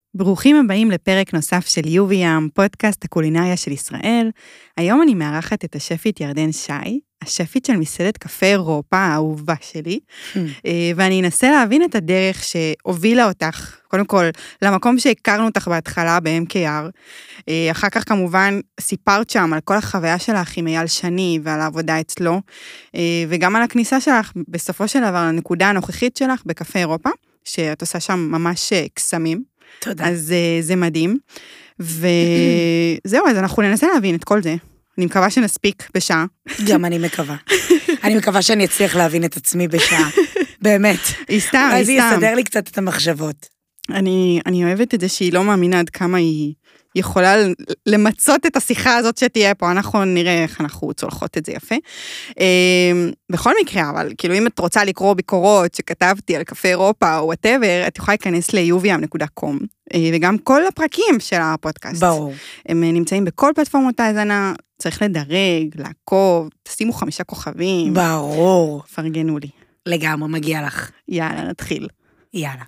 ברוכים הבאים לפרק נוסף של יובי-ים, פודקאסט הקולינריה של ישראל. היום אני מארחת את השפית ירדן שי, השפית של מסעדת קפה אירופה האהובה שלי, ואני אנסה להבין את הדרך שהובילה אותך, קודם כל, למקום שהכרנו אותך בהתחלה ב-MKR, אחר כך כמובן סיפרת שם על כל החוויה שלך עם אייל שני ועל העבודה אצלו, וגם על הכניסה שלך בסופו של דבר לנקודה הנוכחית שלך בקפה אירופה, שאת עושה שם ממש קסמים. תודה. אז זה מדהים. וזהו, אז אנחנו ננסה להבין את כל זה. אני מקווה שנספיק בשעה. גם אני מקווה. אני מקווה שאני אצליח להבין את עצמי בשעה. באמת. סתם. אולי זה יסדר לי קצת את המחשבות. אני אוהבת את זה שהיא לא מאמינה עד כמה היא יכולה למצות את השיחה הזאת שתהיה פה, אנחנו נראה איך אנחנו צולחות את זה יפה. בכל מקרה, אבל כאילו אם את רוצה לקרוא ביקורות שכתבתי על קפה אירופה או whatever, את יכולה להיכנס ל-uvm.com, וגם כל הפרקים של הפודקאסט. ברור. הם נמצאים בכל פלטפורמות ההאזנה, צריך לדרג, לעקוב, תשימו 5 כוכבים. ברור. פרגנו לי. לגמרי, מגיע לך. יאללה, נתחיל. יאללה.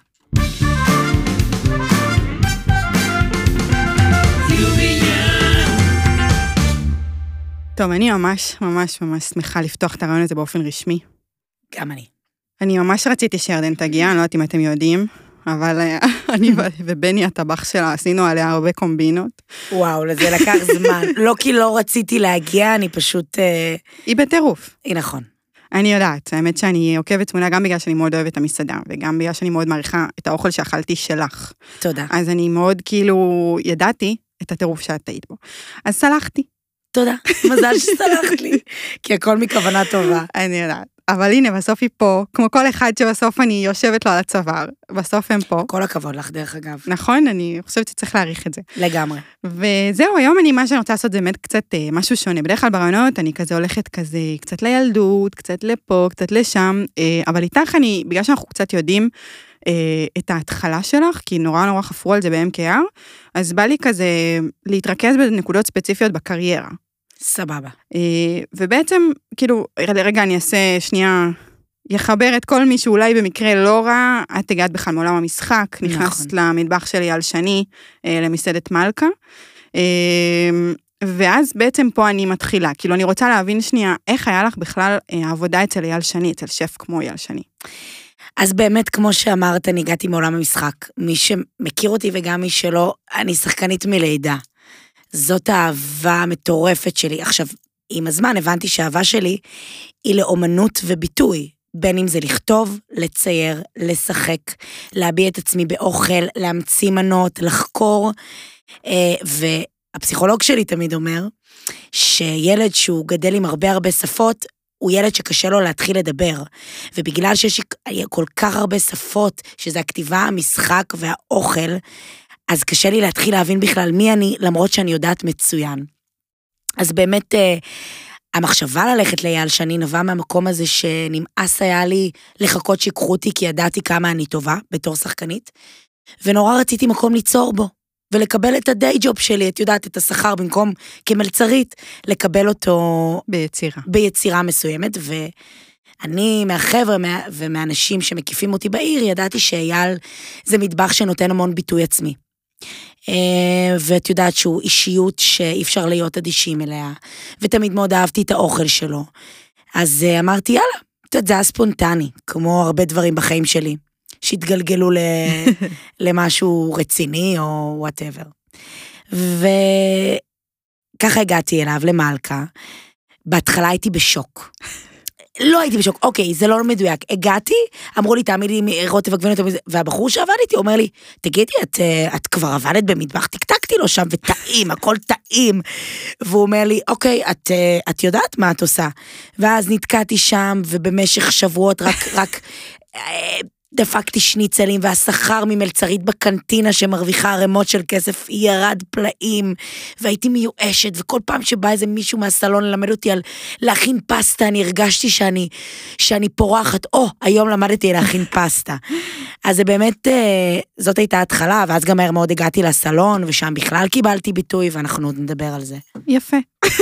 טוב, אני ממש שמחה לפתוח את הרעיון הזה באופן רשמי. גם אני. אני ממש רציתי שירדן תגיע, אני לא יודעת אם אתם יודעים, אבל אני ובני הטבח שלה עשינו עליה הרבה קומבינות. וואו, לזה לקח זמן. לא כי לא רציתי להגיע, אני פשוט... היא בטירוף. היא נכון. אני יודעת, האמת שאני עוקבת תמונה גם בגלל שאני מאוד אוהבת את המסעדה, וגם בגלל שאני מאוד מעריכה את האוכל שאכלתי שלך. תודה. אז אני מאוד כאילו ידעתי את הטירוף שאת היית בו. אז סלחתי. תודה, מזל שסלחת לי, כי הכל מכוונה טובה. אני יודעת, אבל הנה, בסוף היא פה, כמו כל אחד שבסוף אני יושבת לו על הצוואר, בסוף הם פה. כל הכבוד לך, דרך אגב. נכון, אני חושבת שצריך להעריך את זה. לגמרי. וזהו, היום מה שאני רוצה לעשות זה באמת קצת משהו שונה. בדרך כלל ברעיונות אני כזה הולכת כזה, קצת לילדות, קצת לפה, קצת לשם, אבל איתך אני, בגלל שאנחנו קצת יודעים את ההתחלה שלך, כי נורא חפרו על זה ב-MKR, אז בא לי כזה להתרכז בנקודות ספציפיות בקריירה. סבבה. ובעצם, כאילו, רגע אני אעשה שנייה, יחבר את כל מי שאולי במקרה לא רע, את הגעת בכלל מעולם המשחק, נכנסת למטבח של אייל שני, למסעדת מלכה, ואז בעצם פה אני מתחילה, כאילו אני רוצה להבין שנייה, איך היה לך בכלל העבודה אצל אייל שני, אצל שף כמו אייל שני? אז באמת, כמו שאמרת, אני הגעתי מעולם המשחק. מי שמכיר אותי וגם מי שלא, אני שחקנית מלידה. זאת האהבה המטורפת שלי. עכשיו, עם הזמן הבנתי שהאהבה שלי היא לאומנות וביטוי. בין אם זה לכתוב, לצייר, לשחק, להביע את עצמי באוכל, להמציא מנות, לחקור. והפסיכולוג שלי תמיד אומר, שילד שהוא גדל עם הרבה שפות, הוא ילד שקשה לו להתחיל לדבר, ובגלל שיש כל כך הרבה שפות, שזה הכתיבה, המשחק והאוכל, אז קשה לי להתחיל להבין בכלל מי אני, למרות שאני יודעת מצוין. אז באמת, המחשבה ללכת לאייל שני נבע מהמקום הזה שנמאס היה לי לחכות שיקחו אותי, כי ידעתי כמה אני טובה בתור שחקנית, ונורא רציתי מקום ליצור בו. ולקבל את הדיי ג'וב שלי, את יודעת, את השכר במקום כמלצרית, לקבל אותו ביצירה מסוימת, ואני מהחבר'ה ומהאנשים שמקיפים אותי בעיר, ידעתי שאייל זה מטבח שנותן המון ביטוי עצמי. ואת יודעת שהוא אישיות שאי אפשר להיות אדישים אליה, ותמיד מאוד אהבתי את האוכל שלו. אז אמרתי, יאללה, זה היה ספונטני, כמו הרבה דברים בחיים שלי. שהתגלגלו למשהו רציני או whatever. וככה הגעתי אליו, למלכה. בהתחלה הייתי בשוק. לא הייתי בשוק, אוקיי, זה לא מדויק. הגעתי, אמרו לי, תעמיד לי רוטב עגבניות, והבחור שעבד איתי אומר לי, תגידי, את כבר עבדת במטבח? תקתקתי לו שם, וטעים, הכל טעים. והוא אומר לי, אוקיי, את יודעת מה את עושה? ואז נתקעתי שם, ובמשך שבועות רק דפקתי שניצלים, והשכר ממלצרית בקנטינה שמרוויחה ערימות של כסף ירד פלאים, והייתי מיואשת, וכל פעם שבא איזה מישהו מהסלון ללמד אותי על להכין פסטה, אני הרגשתי שאני פורחת, היום למדתי להכין פסטה. אז זה באמת, זאת הייתה התחלה, ואז גם מהר מאוד הגעתי לסלון, ושם בכלל קיבלתי ביטוי, ואנחנו עוד נדבר על זה. יפה.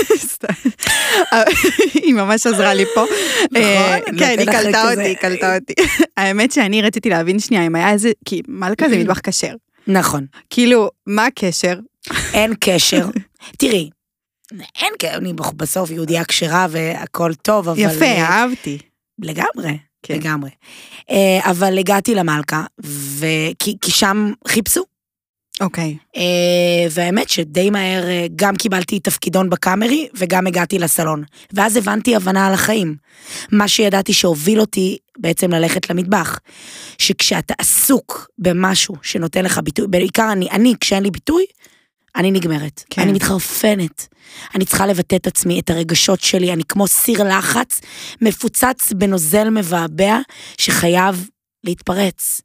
היא ממש עזרה לי פה. כן, היא קלטה אותי. האמת שאני רציתי להבין שנייה, אם היה איזה, כי מלכה זה מטבח כשר. נכון. כאילו, מה הקשר? אין קשר. תראי, אין קשר, אני בסוף יהודיה כשרה והכל טוב, אבל... יפה, אהבתי. לגמרי, כן. לגמרי. אבל הגעתי למלכה, כי שם חיפשו. אוקיי. והאמת שדי מהר גם קיבלתי תפקידון בקאמרי, וגם הגעתי לסלון. ואז הבנתי הבנה על החיים. מה שידעתי שהוביל אותי בעצם ללכת למטבח. שכשאתה עסוק במשהו שנותן לך ביטוי, בעיקר אני כשאין לי ביטוי, אני נגמרת. כן. אני מתחרפנת. אני צריכה לבטא את עצמי, את הרגשות שלי, אני כמו סיר לחץ, מפוצץ בנוזל מבעבע, שחייב להתפרץ.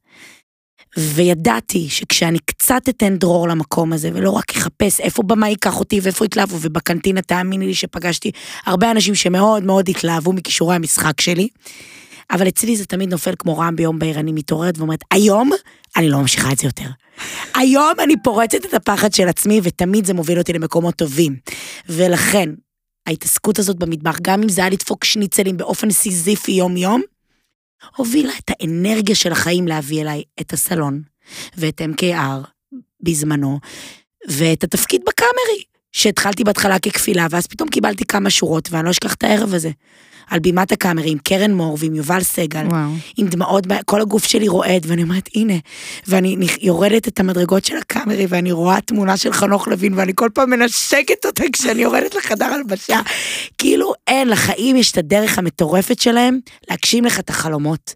וידעתי שכשאני קצת אתן דרור למקום הזה, ולא רק אחפש איפה במה ייקח אותי ואיפה יתלהבו, ובקנטינה תאמיני לי שפגשתי הרבה אנשים שמאוד מאוד התלהבו מכישורי המשחק שלי, אבל אצלי זה תמיד נופל כמו רעם ביום בהיר, אני מתעוררת ואומרת, היום אני לא ממשיכה את זה יותר. היום אני פורצת את הפחד של עצמי, ותמיד זה מוביל אותי למקומות טובים. ולכן, ההתעסקות הזאת במטבח, גם אם זה היה לדפוק שניצלים באופן סיזיפי יום-יום, הובילה את האנרגיה של החיים להביא אליי את הסלון, ואת MKR בזמנו, ואת התפקיד בקאמרי, שהתחלתי בהתחלה ככפילה, ואז פתאום קיבלתי כמה שורות, ואני לא אשכח את הערב הזה, על בימת הקאמרי, עם קרן מור, ועם יובל סגל, וואו. עם דמעות, כל הגוף שלי רועד, ואני אומרת, הנה, ואני יורדת את המדרגות של הקאמרי, ואני רואה תמונה של חנוך לוין, ואני כל פעם מנשקת אותה, כשאני יורדת לחדר הלבשה, כאילו אין, לחיים יש את הדרך המטורפת שלהם, להגשים לך את החלומות,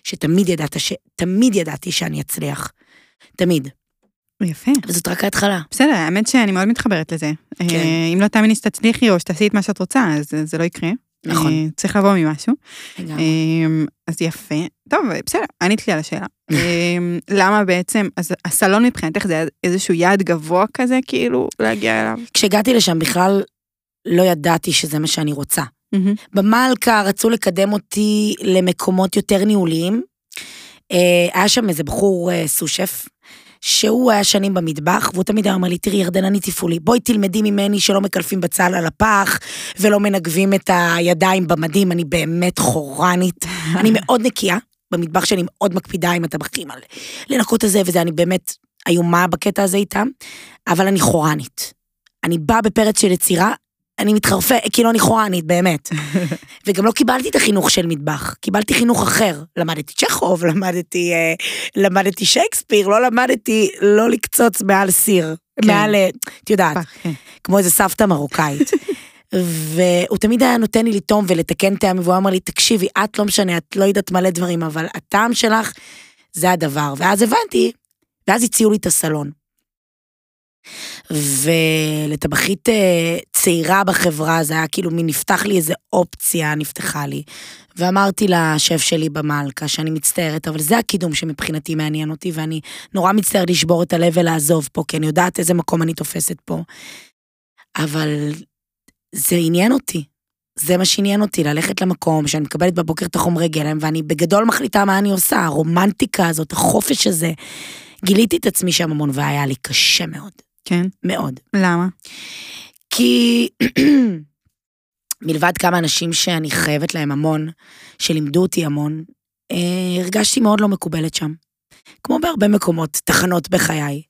שתמיד ידעתי שאני אצליח. תמיד. יפה. וזאת רק ההתחלה. בסדר, האמת שאני מאוד מתחברת לזה. כן. אם לא תאמיני שתצליחי או שתעשי את מה שאת רוצה, אז זה לא יקרה. נכון. צריך לבוא ממשהו. לגמרי. אז יפה. טוב, בסדר, ענית לי על השאלה. למה בעצם, אז הסלון מבחינתך זה איזשהו יעד גבוה כזה, כאילו, להגיע אליו? כשהגעתי לשם בכלל לא ידעתי שזה מה שאני רוצה. במלכה רצו לקדם אותי למקומות יותר ניהוליים. היה שם איזה בחור סושף, שהוא היה שנים במטבח, והוא תמיד אמר לי, תראי ירדן, אני תפעולי, בואי תלמדי ממני שלא מקלפים בצל על הפח, ולא מנגבים את הידיים במדים, אני באמת חורנית, אני מאוד נקייה, במטבח שלי מאוד מקפידה עם הטבחים, לנקות הזה וזה, אני באמת איומה בקטע הזה איתם, אבל אני חורנית. אני באה בפרץ של יצירה, אני מתחרפה, כאילו אני חורנית, באמת. וגם לא קיבלתי את החינוך של מטבח, קיבלתי חינוך אחר. למדתי צ'כוב, למדתי שייקספיר, לא למדתי לא לקצוץ מעל סיר. מעל, את יודעת, כמו איזה סבתא מרוקאית. והוא תמיד היה נותן לי לטום ולתקן טעם, והוא אמר לי, תקשיבי, את לא משנה, את לא יודעת מלא דברים, אבל הטעם שלך זה הדבר. ואז הבנתי, ואז הציעו לי את הסלון. ולטבחית צעירה בחברה, זה היה כאילו נפתח לי איזה אופציה, נפתחה לי, ואמרתי לשף שלי במלכה שאני מצטערת, אבל זה הקידום שמבחינתי מעניין אותי, ואני נורא מצטער לשבור את הלב ולעזוב פה, כי אני יודעת איזה מקום אני תופסת פה, אבל זה עניין אותי, זה מה שעניין אותי, ללכת למקום שאני מקבלת בבוקר את החומרי גלם, ואני בגדול מחליטה מה אני עושה, הרומנטיקה הזאת, החופש הזה, גיליתי את עצמי שם המון, והיה לי קשה מאוד. כן. מאוד. למה? כי מלבד כמה אנשים שאני חייבת להם המון, שלימדו אותי המון, הרגשתי מאוד לא מקובלת שם. כמו בהרבה מקומות, תחנות בחיי.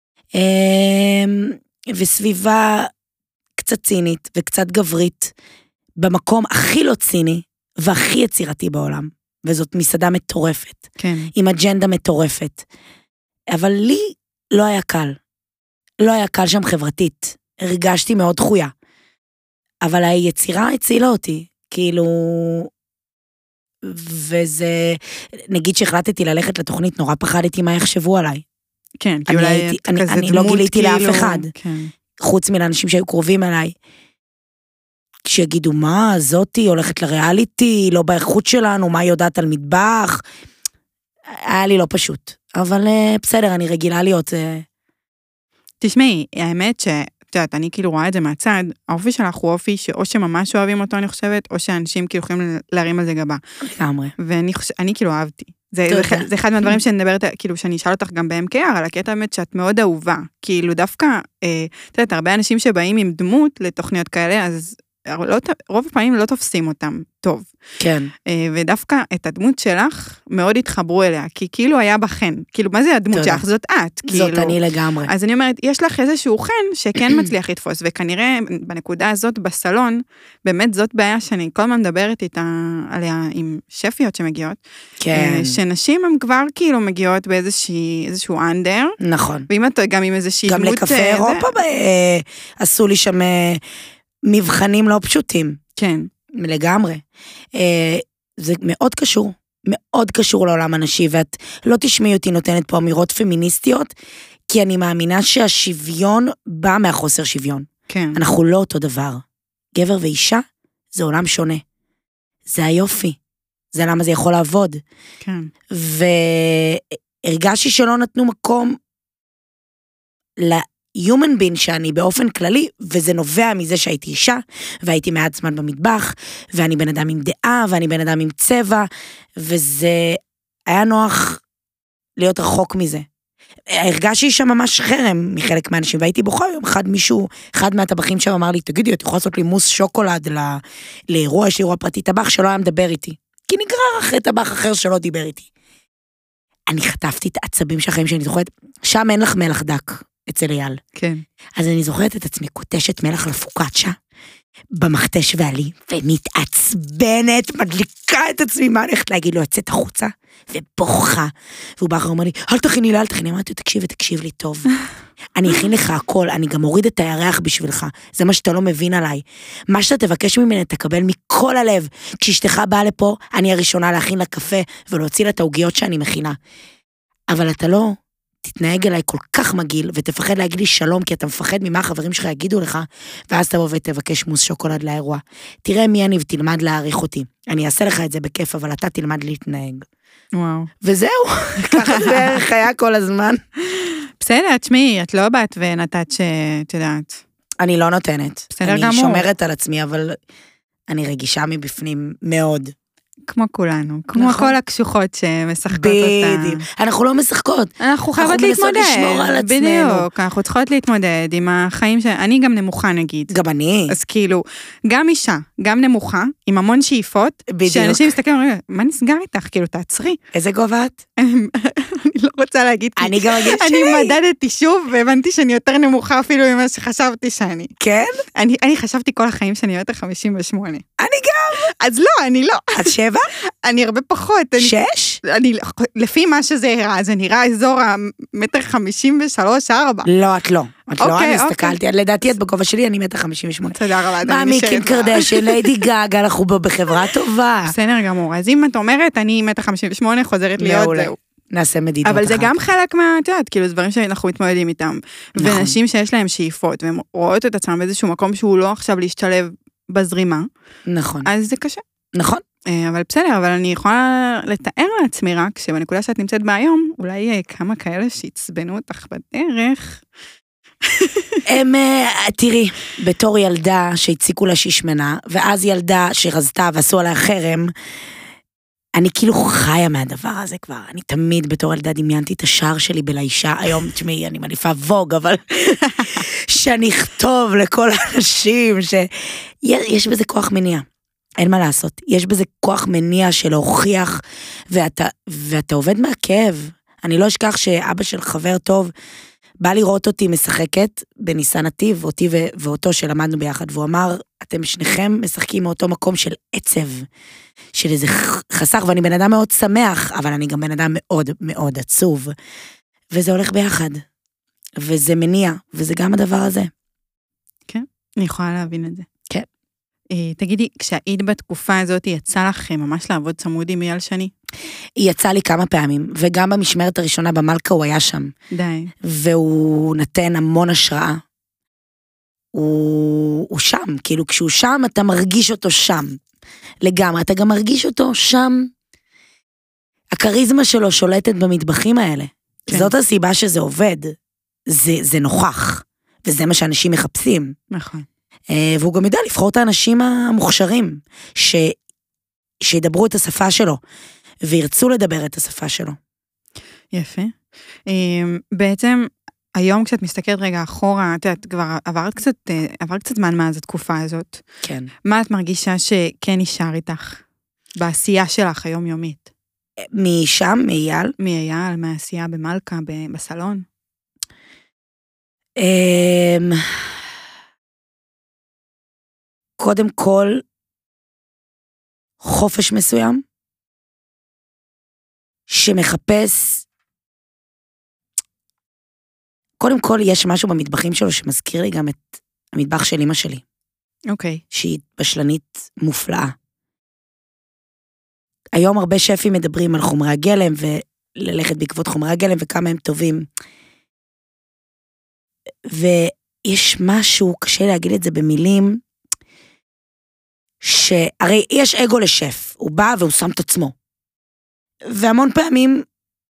וסביבה קצת צינית וקצת גברית, במקום הכי לא ציני והכי יצירתי בעולם. וזאת מסעדה מטורפת. כן. עם אג'נדה מטורפת. אבל לי לא היה קל. לא היה קל שם חברתית, הרגשתי מאוד דחויה, אבל היצירה הצילה אותי, כאילו, וזה, נגיד שהחלטתי ללכת לתוכנית, נורא פחדתי מה יחשבו עליי. כן, כי אולי אני לא גיליתי לאף אחד, כן. חוץ מלאנשים שהיו קרובים אליי, שיגידו, מה, זאתי הולכת לריאליטי, לא באיכות שלנו, מה היא יודעת על מטבח, היה לי לא פשוט, אבל בסדר, אני רגילה להיות תשמעי, האמת שאת יודעת, אני כאילו רואה את זה מהצד, האופי שלך הוא אופי שאו שממש אוהבים אותו, אני חושבת, או שאנשים כאילו יכולים להרים על זה גבה. לגמרי. ואני כאילו אהבתי. זה אחד מהדברים שאני מדברת, כאילו שאני אשאל אותך גם ב-MKR, על הקטע באמת שאת מאוד אהובה. כאילו דווקא, את יודעת, הרבה אנשים שבאים עם דמות לתוכניות כאלה, אז רוב הפעמים לא תופסים אותם טוב. כן. ודווקא את הדמות שלך מאוד התחברו אליה, כי כאילו היה בחן. כאילו, מה זה הדמות שלך? זאת את. זאת אני לגמרי. אז אני אומרת, יש לך איזשהו חן שכן מצליח לתפוס, וכנראה בנקודה הזאת בסלון, באמת זאת בעיה שאני כל הזמן מדברת עליה עם שפיות שמגיעות. כן. שנשים הן כבר כאילו מגיעות באיזשהו אנדר. נכון. ואם את גם עם איזושהי דמות... גם לקפה אירופה עשו לי שם מבחנים לא פשוטים. כן. לגמרי. זה מאוד קשור לעולם הנשי, ואת לא תשמעי אותי נותנת פה אמירות פמיניסטיות, כי אני מאמינה שהשוויון בא מהחוסר שוויון. כן. אנחנו לא אותו דבר. גבר ואישה זה עולם שונה. זה היופי. זה למה זה יכול לעבוד. כן. והרגשתי שלא נתנו מקום human being שאני באופן כללי, וזה נובע מזה שהייתי אישה, והייתי מעט זמן במטבח, ואני בן אדם עם דעה, ואני בן אדם עם צבע, וזה היה נוח להיות רחוק מזה. הרגשתי שם ממש חרם מחלק מהאנשים, והייתי בוכה יום אחד מהטבחים שם אמר לי, תגידי, את יכולה לעשות לי מוס שוקולד לאירוע, יש לי אירוע פרטי טבח שלא היה מדבר איתי, כי נגרר אחרי טבח אחר שלא דיבר איתי. אני חטפתי את העצבים של החיים שאני זוכרת, שם אין לך מלח דק. אצל אייל. כן. אז אני זוכרת את עצמי קוטשת מלח לפוקצ'ה, במכתש ועלי, ומתעצבנת, מדליקה את עצמי, מה הולכת להגיד לו, יצאת החוצה, ובוכה. והוא בא אחר אומר לי, אל תכיני, אמרתי, תקשיב לי טוב. אני אכין לך הכל, אני גם אוריד את הירח בשבילך, זה מה שאתה לא מבין עליי. מה שאתה תבקש ממני, תקבל מכל הלב. כשאשתך באה לפה, אני הראשונה להכין לה קפה, ולהוציא לה את העוגיות שאני מכינה. אבל אתה לא תתנהג אליי כל כך מגעיל, ותפחד להגיד לי שלום, כי אתה מפחד ממה החברים שלך יגידו לך, ואז תבוא ותבקש מוס שוקולד לאירוע. תראה מי אני ותלמד להעריך אותי. אני אעשה לך את זה בכיף, אבל אתה תלמד להתנהג. וואו. וזהו, ככה זה ערך היה כל הזמן. בסדר, תשמעי, את לא באת ונתת שאת יודעת. אני לא נותנת. בסדר גמור. אני שומרת על עצמי, אבל אני רגישה מבפנים מאוד. כמו כולנו, כמו כל הקשוחות שמשחקות אותה. בדיוק. אנחנו לא משחקות. אנחנו חייבות להתמודד. אנחנו מנסות לשמור על עצמנו. בדיוק, אנחנו צריכות להתמודד עם החיים אני גם נמוכה נגיד. גם אני. אז כאילו, גם אישה, גם נמוכה, עם המון שאיפות, בדיוק. שאנשים מסתכלים, מה נסגר איתך? כאילו, תעצרי. איזה גובה את? אני לא רוצה להגיד. אני גם אגיד שלי. אני מדדתי שוב, והבנתי שאני יותר נמוכה אפילו ממה שחשבתי שאני. כן? אני חשבתי כל החיים שאני יותר 58. אני גם. אז לא, אני לא. את 7? אני הרבה פחות. 6? לפי מה שזה הראה, זה נראה אזור המטר 53-4. לא, את לא. את לא, אני אוקיי. הסתכלתי. לדעתי את בגובה שלי, אני מטר 58. תודה רבה. מאמי, קים קרדשן, ליידי גגה, אנחנו בחברה טובה. בסדר גמור. אז אם את אומרת, אני מטר 58, חוזרת להיות זהו. נעשה מדידות. אבל זה גם חלק את יודעת, כאילו, דברים שאנחנו מתמודדים איתם. ונשים שיש להם שאיפות, והן רואות את עצמם באיזשהו מקום שהוא לא עכשיו להשתלב בזרימה. נכון. אז זה קשה. נכון. אבל בסדר, אבל אני יכולה לתאר לעצמי רק, שבנקודה שאת נמצאת בה היום, אולי כמה כאלה שהצבנו אותך בדרך. תראי, בתור ילדה שהציקו לה שהשמנה, ואז ילדה שרזתה ועשו עליה חרם, אני כאילו חיה מהדבר הזה כבר. אני תמיד בתור ילדה דמיינתי את השער שלי בלאישה, היום תשמעי, אני מניפה ווג, אבל שאני אכתוב לכל האנשים, שיש בזה כוח מניע. אין מה לעשות. יש בזה כוח מניע של להוכיח, ואתה עובד מהכאב. אני לא אשכח שאבא של חבר טוב, בא לראות אותי משחקת בניסן נתיב, אותי ואותו שלמדנו ביחד, והוא אמר, אתם שניכם משחקים מאותו מקום של עצב, של איזה חסך, ואני בן אדם מאוד שמח, אבל אני גם בן אדם מאוד מאוד עצוב, וזה הולך ביחד, וזה מניע, וזה גם הדבר הזה. כן, אני יכולה להבין את זה. כן. תגידי, כשהיית בתקופה הזאת, יצא לך ממש לעבוד צמוד עם אייל שני? היא יצאה לי כמה פעמים, וגם במשמרת הראשונה במלכה הוא היה שם. די. והוא נתן המון השראה. הוא שם, כאילו כשהוא שם, אתה מרגיש אותו שם. לגמרי, אתה גם מרגיש אותו שם. הקריזמה שלו שולטת במטבחים האלה. כן. זאת הסיבה שזה עובד. זה נוכח, וזה מה שאנשים מחפשים. נכון. והוא גם יודע לבחור את האנשים המוכשרים, שידברו את השפה שלו, וירצו לדבר את השפה שלו. יפה. בעצם, היום כשאת מסתכלת רגע אחורה, את יודעת, כבר עבר קצת זמן מאז התקופה הזאת. כן. מה את מרגישה שכן נשאר איתך בעשייה שלך היומיומית? משם, מאייל? מאייל, מהעשייה במלכה, בסלון? קודם כל, חופש מסוים, שמחפש, קודם כל יש משהו במטבחים שלו שמזכיר לי גם את המטבח של אמא שלי. אוקיי. שהיא בשלנית מופלאה. היום הרבה שפים מדברים על חומרי הגלם, וללכת בעקבות חומרי הגלם, וכמה הם טובים. ויש משהו, קשה להגיד את זה במילים, שהרי יש אגו לשף, הוא בא והוא שם את עצמו. והמון פעמים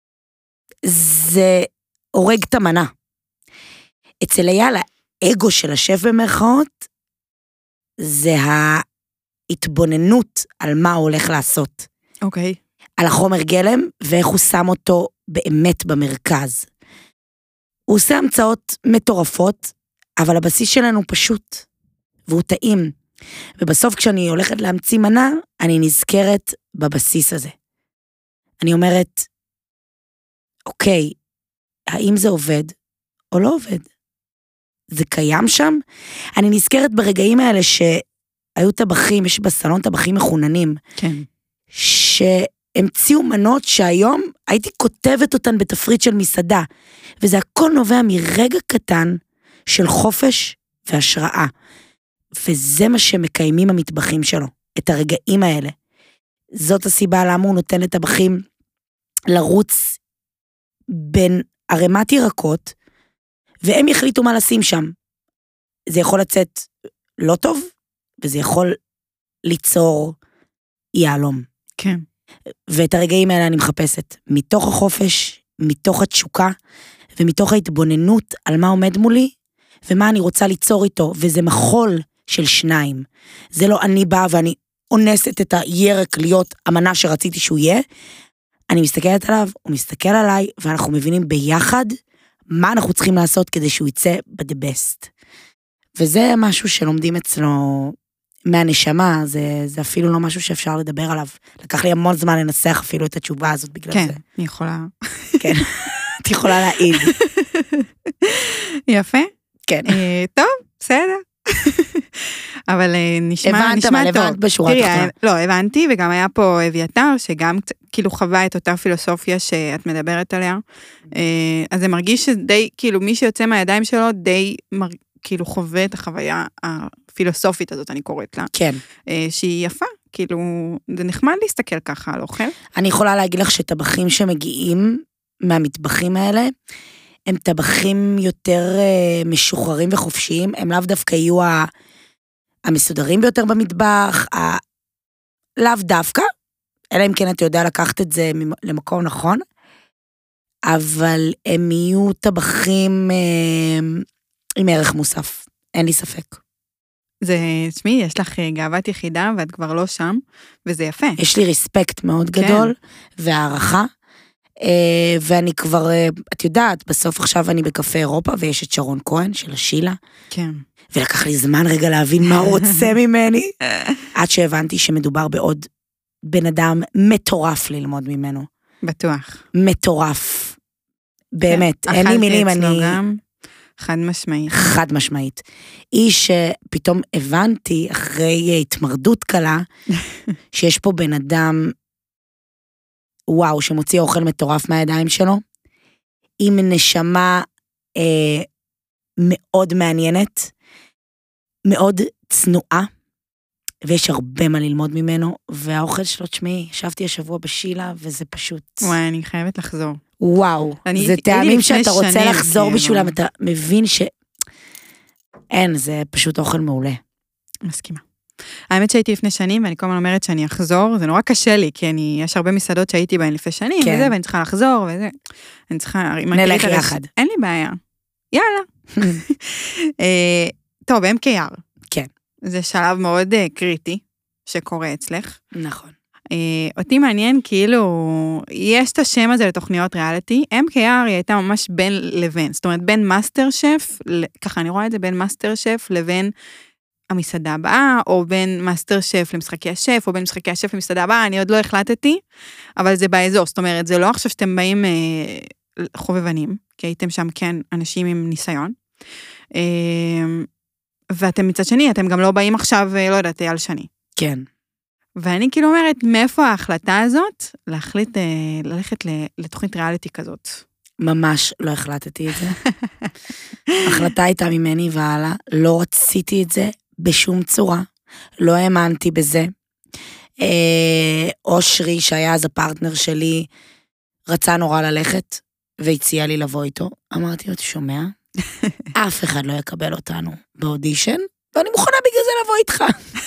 זה הורג את המנה. אצל אייל האגו של השף במרכאות, זה ההתבוננות על מה הוא הולך לעשות. אוקיי. על החומר גלם, ואיך הוא שם אותו באמת במרכז. הוא עושה המצאות מטורפות, אבל הבסיס שלנו פשוט, והוא טעים. ובסוף כשאני הולכת להמציא מנה, אני נזכרת בבסיס הזה. אני אומרת, אוקיי, האם זה עובד או לא עובד? זה קיים שם? אני נזכרת ברגעים האלה שהיו טבחים, יש בסלון טבחים מחוננים. כן. שהמציאו מנות שהיום הייתי כותבת אותן בתפריט של מסעדה, וזה הכל נובע מרגע קטן של חופש והשראה. וזה מה שמקיימים המטבחים שלו, את הרגעים האלה. זאת הסיבה למה הוא נותן לטבחים לרוץ בין ערימת ירקות, והם יחליטו מה לשים שם. זה יכול לצאת לא טוב, וזה יכול ליצור יעלום. כן. ואת הרגעים האלה אני מחפשת, מתוך החופש, מתוך התשוקה, ומתוך ההתבוננות על מה עומד מולי, ומה אני רוצה ליצור איתו, וזה מחול של שניים. זה לא אני באה ואני אונסת את הירק להיות המנה שרציתי שהוא יהיה, אני מסתכלת עליו, הוא מסתכל עליי, ואנחנו מבינים ביחד מה אנחנו צריכים לעשות כדי שהוא יצא ב-the best. וזה משהו שלומדים אצלו מהנשמה, זה אפילו לא משהו שאפשר לדבר עליו. לקח לי המון זמן לנסח אפילו את התשובה הזאת בגלל כן, זה. כן, אני יכולה. כן, את יכולה להעיד. יפה. כן. טוב, בסדר. אבל נשמע טוב. הבנת בשורה התחתונה. לא, הבנתי, וגם היה פה אביתר, שגם כאילו חווה את אותה פילוסופיה שאת מדברת עליה. אז זה מרגיש שדי, כאילו מי שיוצא מהידיים שלו, די כאילו חווה את החוויה הפילוסופית הזאת, אני קוראת לה. כן. שהיא יפה, כאילו, זה נחמד להסתכל ככה על אוכל. אני יכולה להגיד לך שטבחים שמגיעים מהמטבחים האלה, הם טבחים יותר משוחררים וחופשיים, הם לאו דווקא יהיו המסודרים ביותר במטבח, לאו דווקא, אלא אם כן אתה יודע לקחת את זה למקום נכון, אבל הם יהיו טבחים עם ערך מוסף, אין לי ספק. זה, תשמעי, יש לך גאוות יחידה, ואת כבר לא שם, וזה יפה. יש לי ריספקט מאוד גדול, והערכה, ואני כבר, את יודעת, בסוף עכשיו אני בקפה אירופה, ויש את שרון כהן של השילה. כן. ולקח לי זמן רגע להבין מה הוא רוצה ממני, עד שהבנתי שמדובר בעוד בן אדם מטורף ללמוד ממנו. בטוח. מטורף. באמת, אין לי מילים, אני... חד משמעית. חד משמעית. היא שפתאום הבנתי, אחרי התמרדות קלה, שיש פה בן אדם, וואו, שמוציא אוכל מטורף מהידיים שלו, עם נשמה מאוד מעניינת, מאוד צנועה, ויש הרבה מה ללמוד ממנו, והאוכל שלו, תשמעי, ישבתי השבוע בשילה, וזה פשוט... וואי, אני חייבת לחזור. וואו, זה טעמים שאתה רוצה לחזור בשבילם, אתה מבין אין, זה פשוט אוכל מעולה. מסכימה. האמת שהייתי לפני שנים, ואני כל הזמן אומרת שאני אחזור, זה נורא קשה לי, כי יש הרבה מסעדות שהייתי בהן לפני שנים, וזה, ואני צריכה לחזור, וזה, אני צריכה... נלך יחד. אין לי בעיה. יאללה. טוב, הם כיער. כן. זה שלב מאוד קריטי, שקורה אצלך. נכון. אותי מעניין, כאילו, יש את השם הזה לתוכניות ריאליטי, MKR היא הייתה ממש בין לבין, זאת אומרת, בין מאסטר שף, ככה אני רואה את זה, בין מאסטר שף לבין המסעדה הבאה, או בין מאסטר שף למשחקי השף, או בין משחקי השף למסעדה הבאה, אני עוד לא החלטתי, אבל זה באזור, זאת אומרת, זה לא עכשיו שאתם באים חובבנים, כי הייתם שם כן אנשים עם ניסיון, ואתם מצד שני, אתם גם לא באים עכשיו, לא יודעת, על שני. כן. ואני כאילו אומרת, מאיפה ההחלטה הזאת, להחליט, ללכת לתוכנית ריאליטי כזאת? ממש לא החלטתי את זה. ההחלטה הייתה ממני והלאה, לא רציתי את זה בשום צורה, לא האמנתי בזה. אושרי, שהיה אז הפרטנר שלי, רצה נורא ללכת, והציע לי לבוא איתו. אמרתי לו, שומע? אף אחד לא יקבל אותנו באודישן, ואני מוכנה בגלל זה לבוא איתך.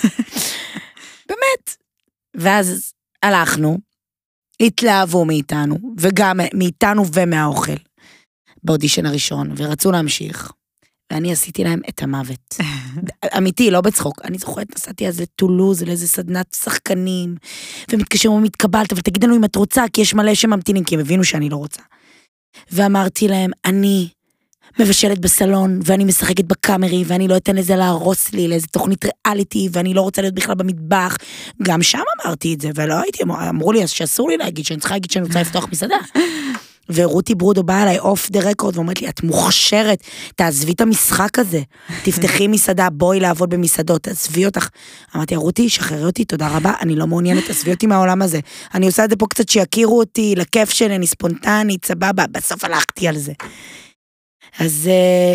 באמת. ואז הלכנו, התלהבו מאיתנו, וגם מאיתנו ומהאוכל, באודישן הראשון, ורצו להמשיך. ואני עשיתי להם את המוות. אמיתי, לא בצחוק. אני זוכרת, נסעתי אז לטולוז, לאיזה סדנת שחקנים, ומתקשרו ומתקבלת, אבל תגיד לנו אם את רוצה, כי יש מלא שממתינים, כי הם הבינו שאני לא רוצה. ואמרתי להם, אני מבשלת בסלון, ואני משחקת בקאמרי, ואני לא אתן לזה להרוס לי, לאיזה תוכנית ריאליטי, ואני לא רוצה להיות בכלל במטבח. גם שם אמרתי את זה, ולא הייתי, אמרו לי, אז שאסור לי להגיד, שאני צריכה להגיד שאני רוצה לפתוח מסעדה. ורותי ברודו באה אליי אוף דה רקורד, ואומרת לי, את מוכשרת, תעזבי את המשחק הזה, תפתחי מסעדה, בואי לעבוד במסעדות, תעזבי אותך. אמרתי, רותי, שחררי אותי, תודה רבה, אני לא מעוניינת, תעזבי אותי מהעולם הזה. אני עושה את זה פה קצת שיכירו אותי, לכיף שלי, אני ספונטנית, סבבה, בסוף הלכתי על זה. אז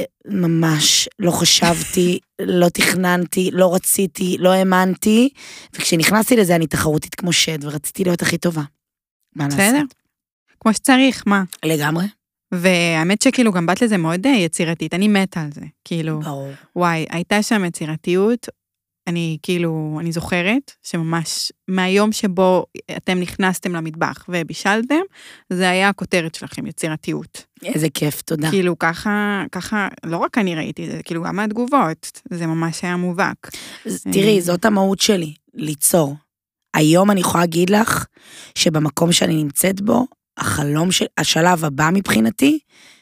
ממש לא חשבתי, לא תכננתי, לא רציתי, לא האמנתי, וכשנכנסתי לזה אני תחרותית כמו שד, ורציתי להיות הכי טובה. מה לעשות? בסדר. כמו שצריך, מה? לגמרי. והאמת שכאילו גם באת לזה מאוד יצירתית, אני מתה על זה, כאילו, ברור. וואי, הייתה שם יצירתיות, אני כאילו, אני זוכרת שממש מהיום שבו אתם נכנסתם למטבח ובישלתם, זה היה הכותרת שלכם, יצירתיות. איזה כיף, תודה. כאילו ככה, לא רק אני ראיתי זה, כאילו גם מהתגובות, זה ממש היה מובהק. תראי, זאת המהות שלי, ליצור. היום אני יכולה להגיד לך, שבמקום שאני נמצאת בו, החלום של, השלב הבא מבחינתי,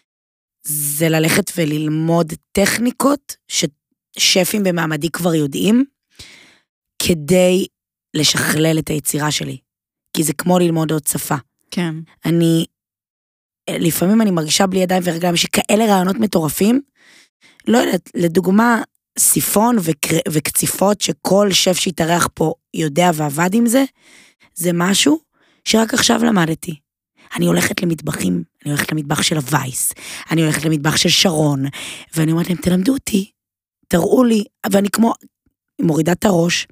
זה ללכת וללמוד טכניקות, ששפים במעמדי כבר יודעים, כדי לשכלל את היצירה שלי. כי זה כמו ללמוד עוד שפה. כן. לפעמים אני מרגישה בלי ידיים ורגליים, שכאלה רעיונות מטורפים, לא יודעת, לדוגמה, סיפון וקציפות, שכל שף שהתארח פה יודע ועבד עם זה, זה משהו שרק עכשיו למדתי. אני הולכת למטבחים, אני הולכת למטבח של הווייס, אני הולכת למטבח של שרון, ואני אומרת להם, תלמדו אותי, תראו לי, ואני כמו, מורידה את הראש,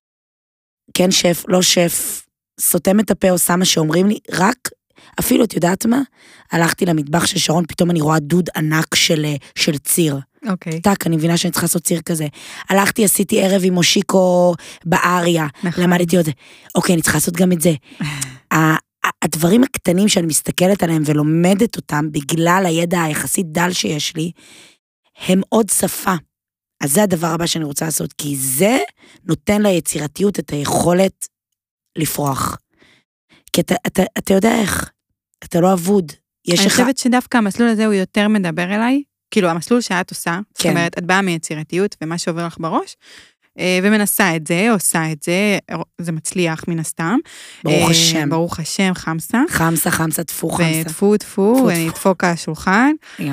כן שף, לא שף, סותם את הפה, עושה מה שאומרים לי, רק, אפילו, את יודעת מה? הלכתי למטבח של שרון, פתאום אני רואה דוד ענק של ציר. אוקיי. טק, אני מבינה שאני צריכה לעשות ציר כזה. הלכתי, עשיתי ערב עם מושיקו באריה, למדתי עוד זה. אוקיי, אני צריכה לעשות גם את זה. הדברים הקטנים שאני מסתכלת עליהם ולומדת אותם, בגלל הידע היחסית דל שיש לי, הם עוד שפה. אז זה הדבר הבא שאני רוצה לעשות, כי זה נותן ליצירתיות את היכולת לפרוח. כי אתה יודע איך, אתה לא אבוד. אני חושבת שדווקא המסלול הזה הוא יותר מדבר אליי, כאילו המסלול שאת עושה, זאת אומרת, את באה מיצירתיות ומה שעובר לך בראש, ומנסה את זה, עושה את זה, זה מצליח מן הסתם. ברוך השם. ברוך השם, חמסה. חמסה, תפו חמסה. ותפו, ונדפוק על השולחן.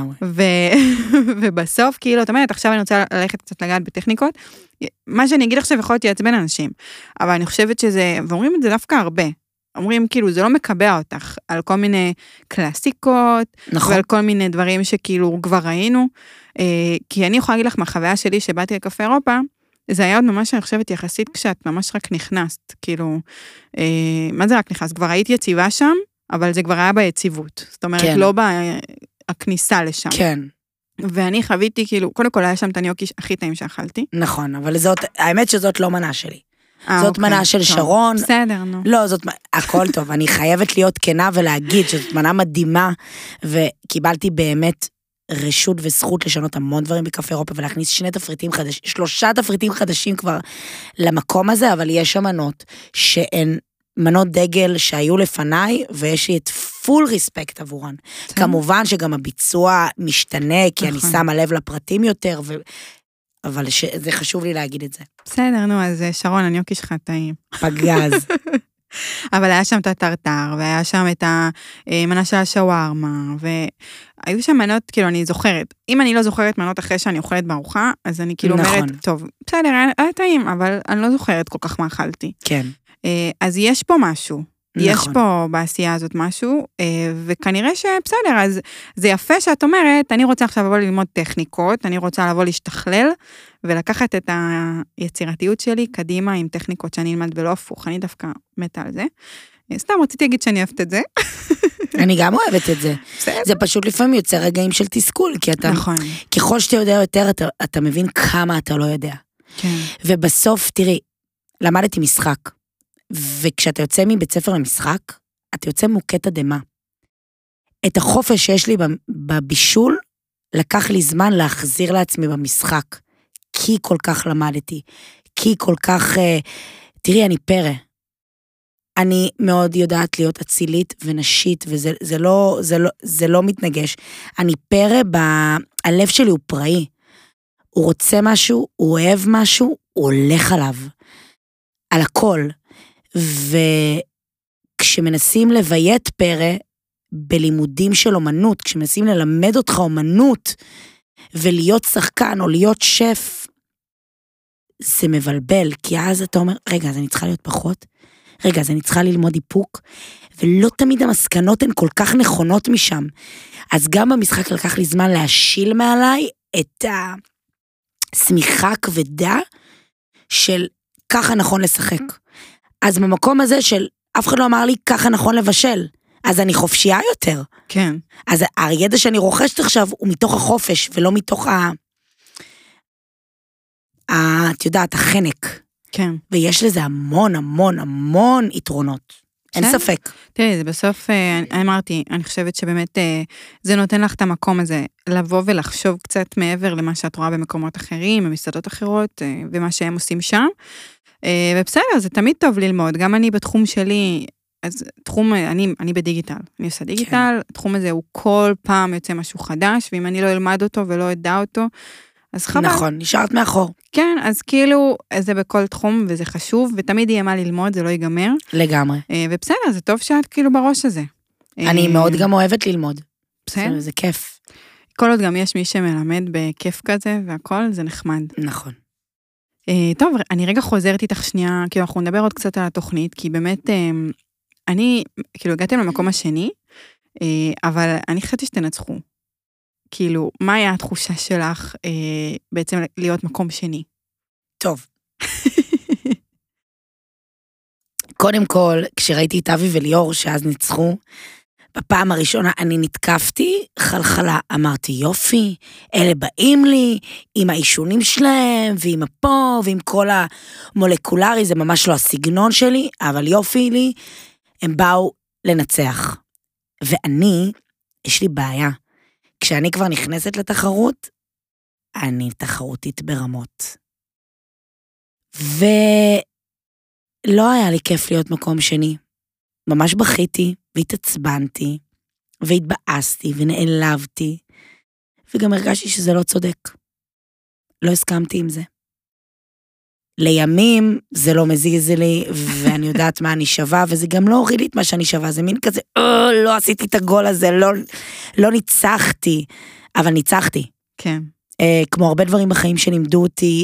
ובסוף, כאילו, את אומרת, עכשיו אני רוצה ללכת קצת לגעת בטכניקות, מה שאני אגיד עכשיו יכול להיות יעצבן אנשים, אבל אני חושבת שזה, ואומרים את זה דווקא הרבה, אומרים כאילו, זה לא מקבע אותך, על כל מיני קלאסיקות, נכון. ועל כל מיני דברים שכאילו כבר ראינו, כי אני יכולה להגיד לך מהחוויה שלי שבאתי לקפה אירופה, זה היה עוד ממש, אני חושבת, יחסית כשאת ממש רק נכנסת, כאילו, מה זה רק נכנסת? כבר היית יציבה שם, אבל זה כבר היה ביציבות. זאת אומרת, כן. לא בכניסה לשם. כן. ואני חוויתי, כאילו, קודם כל היה שם את הניוקי הכי טעים שאכלתי. נכון, אבל זאת, האמת שזאת לא מנה שלי. זאת מנה של שרון. בסדר, נו. לא, זאת, הכל טוב, אני חייבת להיות כנה ולהגיד שזאת מנה מדהימה, וקיבלתי באמת רשות וזכות לשנות המון דברים בקפה אירופה, ולהכניס 3 תפריטים חדשים כבר למקום הזה, אבל יש אמנות שהן מנות דגל שהיו לפניי, ויש לי את פול ריספקט עבורן. כמובן שגם הביצוע משתנה, כי אני שמה לב לפרטים יותר, אבל זה חשוב לי להגיד את זה. בסדר, נו, אז שרון, הניוקי שלך טעים. פגז. אבל היה שם את הטרטר, והיה שם את המנה של השווארמה, והיו שם מנות, כאילו, אני זוכרת. אם אני לא זוכרת מנות אחרי שאני אוכלת בארוחה, אז אני כאילו אומרת, טוב, בסדר, היה טעים, אבל אני לא זוכרת כל כך מה אכלתי. כן. אז יש פה משהו. יש פה בעשייה הזאת משהו, וכנראה שבסדר, אז זה יפה שאת אומרת, אני רוצה עכשיו לבוא ללמוד טכניקות, אני רוצה לבוא להשתכלל, ולקחת את היצירתיות שלי קדימה עם טכניקות שאני אלמד ולא הפוך, אני דווקא מתה על זה. סתם רציתי להגיד שאני אוהבת את זה. אני גם אוהבת את זה. זה פשוט לפעמים יוצר רגעים של תסכול, כי אתה, ככל שאתה יודע יותר, אתה מבין כמה אתה לא יודע. ובסוף, תראי, למדתי משחק. וכשאתה יוצא מבית ספר למשחק, אתה יוצא מוכה תדמה. את החופש שיש לי בבישול, לקח לי זמן להחזיר לעצמי במשחק, כי כל כך למדתי, כי כל כך, תראי, אני פרא. אני מאוד יודעת להיות אצילית ונשית, וזה לא מתנגש. אני פרא, הלב שלי הוא פראי. הוא רוצה משהו, הוא אוהב משהו, הוא הולך עליו. על הכל. וכשמנסים לביית פרא בלימודים של אומנות, כשמנסים ללמד אותך אומנות, ולהיות שחקן או להיות שף, זה מבלבל, כי אז אתה אומר, רגע, אז אני צריכה להיות פחות, רגע, אז אני צריכה ללמוד איפוק, ולא תמיד המסקנות הן כל כך נכונות משם. אז גם במשחק לקח לי זמן להשיל מעליי את השמיכה הכבדה של ככה נכון לשחק. אז במקום הזה של אף אחד לא אמר לי ככה נכון לבשל, אז אני חופשייה יותר. כן. אז הידע שאני רוכשת עכשיו הוא מתוך החופש, ולא מתוך את יודעת, החנק. כן. ויש לזה המון המון המון יתרונות. אין ספק. תראי, זה בסוף, אמרתי, אני חושבת שבאמת זה נותן לך את המקום הזה, לבוא ולחשוב קצת מעבר למה שאת רואה במקומות אחרים, במסעדות אחרות, ומה שהם עושים שם. ובסדר, זה תמיד טוב ללמוד. גם אני בתחום שלי, אז תחום, אני בדיגיטל, אני עושה דיגיטל, התחום הזה הוא כל פעם יוצא משהו חדש, ואם אני לא אלמד אותו ולא אדע אותו, אז חבל. נכון, נשארת מאחור. כן, אז כאילו, זה בכל תחום, וזה חשוב, ותמיד יהיה מה ללמוד, זה לא ייגמר. לגמרי. ובסדר, זה טוב שאת כאילו בראש הזה. אני מאוד גם אוהבת ללמוד. בסדר. זה כיף. כל עוד גם יש מי שמלמד בכיף כזה, והכל, זה נחמד. נכון. טוב, אני רגע חוזרת איתך שנייה, כאילו אנחנו נדבר עוד קצת על התוכנית, כי באמת, אני, כאילו הגעתי למקום השני, אבל אני חשבתי שתנצחו. כאילו, מה היה התחושה שלך בעצם להיות מקום שני? טוב. קודם כל, כשראיתי את אבי וליאור שאז ניצחו, בפעם הראשונה אני נתקפתי, חלחלה, אמרתי יופי, אלה באים לי, עם האישונים שלהם, ועם הפה, ועם כל המולקולרי, זה ממש לא הסגנון שלי, אבל יופי לי, הם באו לנצח. ואני, יש לי בעיה, כשאני כבר נכנסת לתחרות, אני תחרותית ברמות. ולא היה לי כיף להיות מקום שני. ממש בכיתי, והתעצבנתי, והתבאסתי, ונעלבתי, וגם הרגשתי שזה לא צודק. לא הסכמתי עם זה. לימים זה לא מזיז לי, ואני יודעת מה אני שווה, וזה גם לא הוריד לי את מה שאני שווה, זה מין כזה, לא עשיתי את הגול הזה, לא ניצחתי, אבל ניצחתי. כן. כמו הרבה דברים בחיים שלימדו אותי,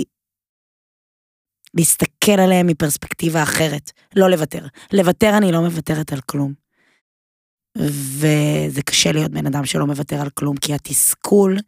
להסתכל עליהם מפרספקטיבה אחרת, לא לוותר. לוותר אני לא מוותרת על כלום. וזה קשה להיות בן אדם שלא מוותר על כלום, כי התסכול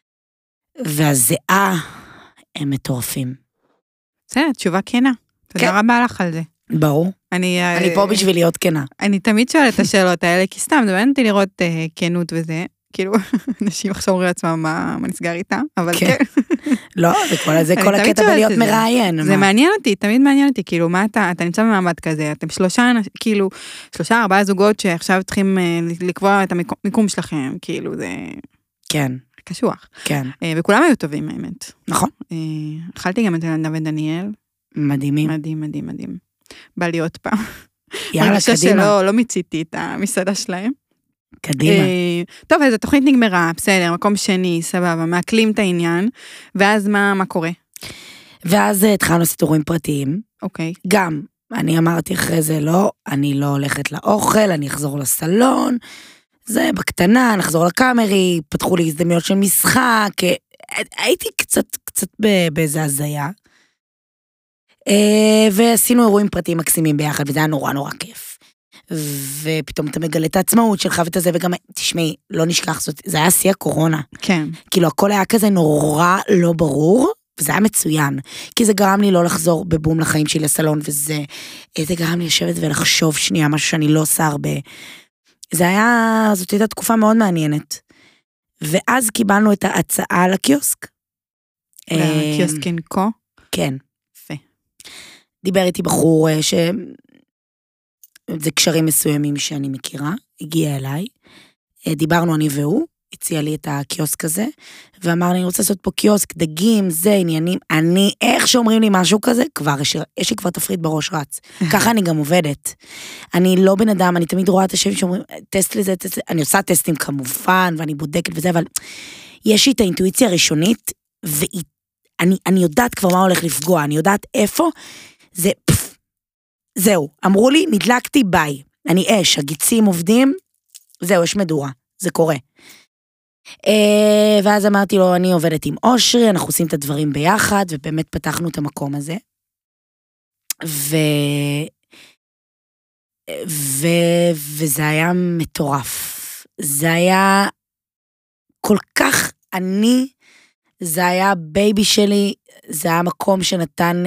והזיעה הם מטורפים. בסדר, תשובה כנה. תודה רבה לך על זה. ברור. אני פה בשביל להיות כנה. אני תמיד שואלת את השאלות האלה, כי סתם, זה מעניין אותי לראות כנות וזה. כאילו, אנשים עכשיו אומרים לעצמם מה נסגר איתה, אבל כן. לא, זה כל הקטע בלהיות מראיין. זה מעניין אותי, תמיד מעניין אותי, כאילו, מה אתה נמצא במעמד כזה, אתם 3-4 זוגות שעכשיו צריכים לקבוע את המיקום שלכם, כאילו, זה... כן. קשוח. כן. וכולם היו טובים, האמת. נכון. אכלתי גם את ילדה ודניאל. מדהימים. מדהים. בא לי עוד פעם. יאללה, מרגישה קדימה. שלא מיציתי את המסעדה שלהם. קדימה. טוב, אז התוכנית נגמרה, בסדר, מקום שני, סבבה, מעכלים את העניין, ואז מה קורה? ואז התחלנו לעשות אירועים פרטיים. אוקיי. גם, אני אמרתי אחרי זה, לא, אני לא הולכת לאוכל, אני אחזור לסלון, זה בקטנה, נחזור לקאמרי, פתחו לי הזדמנויות של משחק, הייתי קצת באיזה הזיה. ועשינו אירועים פרטיים מקסימים ביחד, וזה היה נורא נורא כיף. ופתאום אתה מגלה את העצמאות שלך ואת זה, וגם, תשמעי, לא נשכח, זה היה שיא הקורונה. כן. כאילו, הכל היה כזה נורא לא ברור, וזה היה מצוין, כי זה גרם לי לא לחזור בבום לחיים שלי לסלון, וזה גרם לי לשבת ולחשוב שנייה, משהו שאני לא עושה הרבה. זאת הייתה תקופה מאוד מעניינת. ואז קיבלנו את ההצעה לקיוסק. לקיוסק אינקו? כן. יפה. דיבר איתי בחור זה קשרים מסוימים שאני מכירה, הגיע אליי, דיברנו אני והוא, הציע לי את הקיוסק הזה, ואמר לי, אני רוצה לעשות פה קיוסק, דגים, זה, עניינים, איך שאומרים לי משהו כזה, כבר, יש לי כבר תפריט בראש רץ. ככה אני גם עובדת. אני לא בן אדם, אני תמיד רואה את השם שאומרים, טסט לזה, אני עושה טסטים כמובן, ואני בודקת וזה, אבל יש לי את האינטואיציה הראשונית, ואני יודעת כבר מה הולך לפגוע, אני יודעת איפה, זהו, אמרו לי, נדלקתי, ביי. אני אש, הגיצים עובדים, זהו, יש מדורה, זה קורה. ואז אמרתי לו, אני עובדת עם אושרי, אנחנו עושים את הדברים ביחד, ובאמת פתחנו את המקום הזה. וזה היה מטורף. זה היה כל כך זה היה בייבי שלי, זה היה מקום שנתן,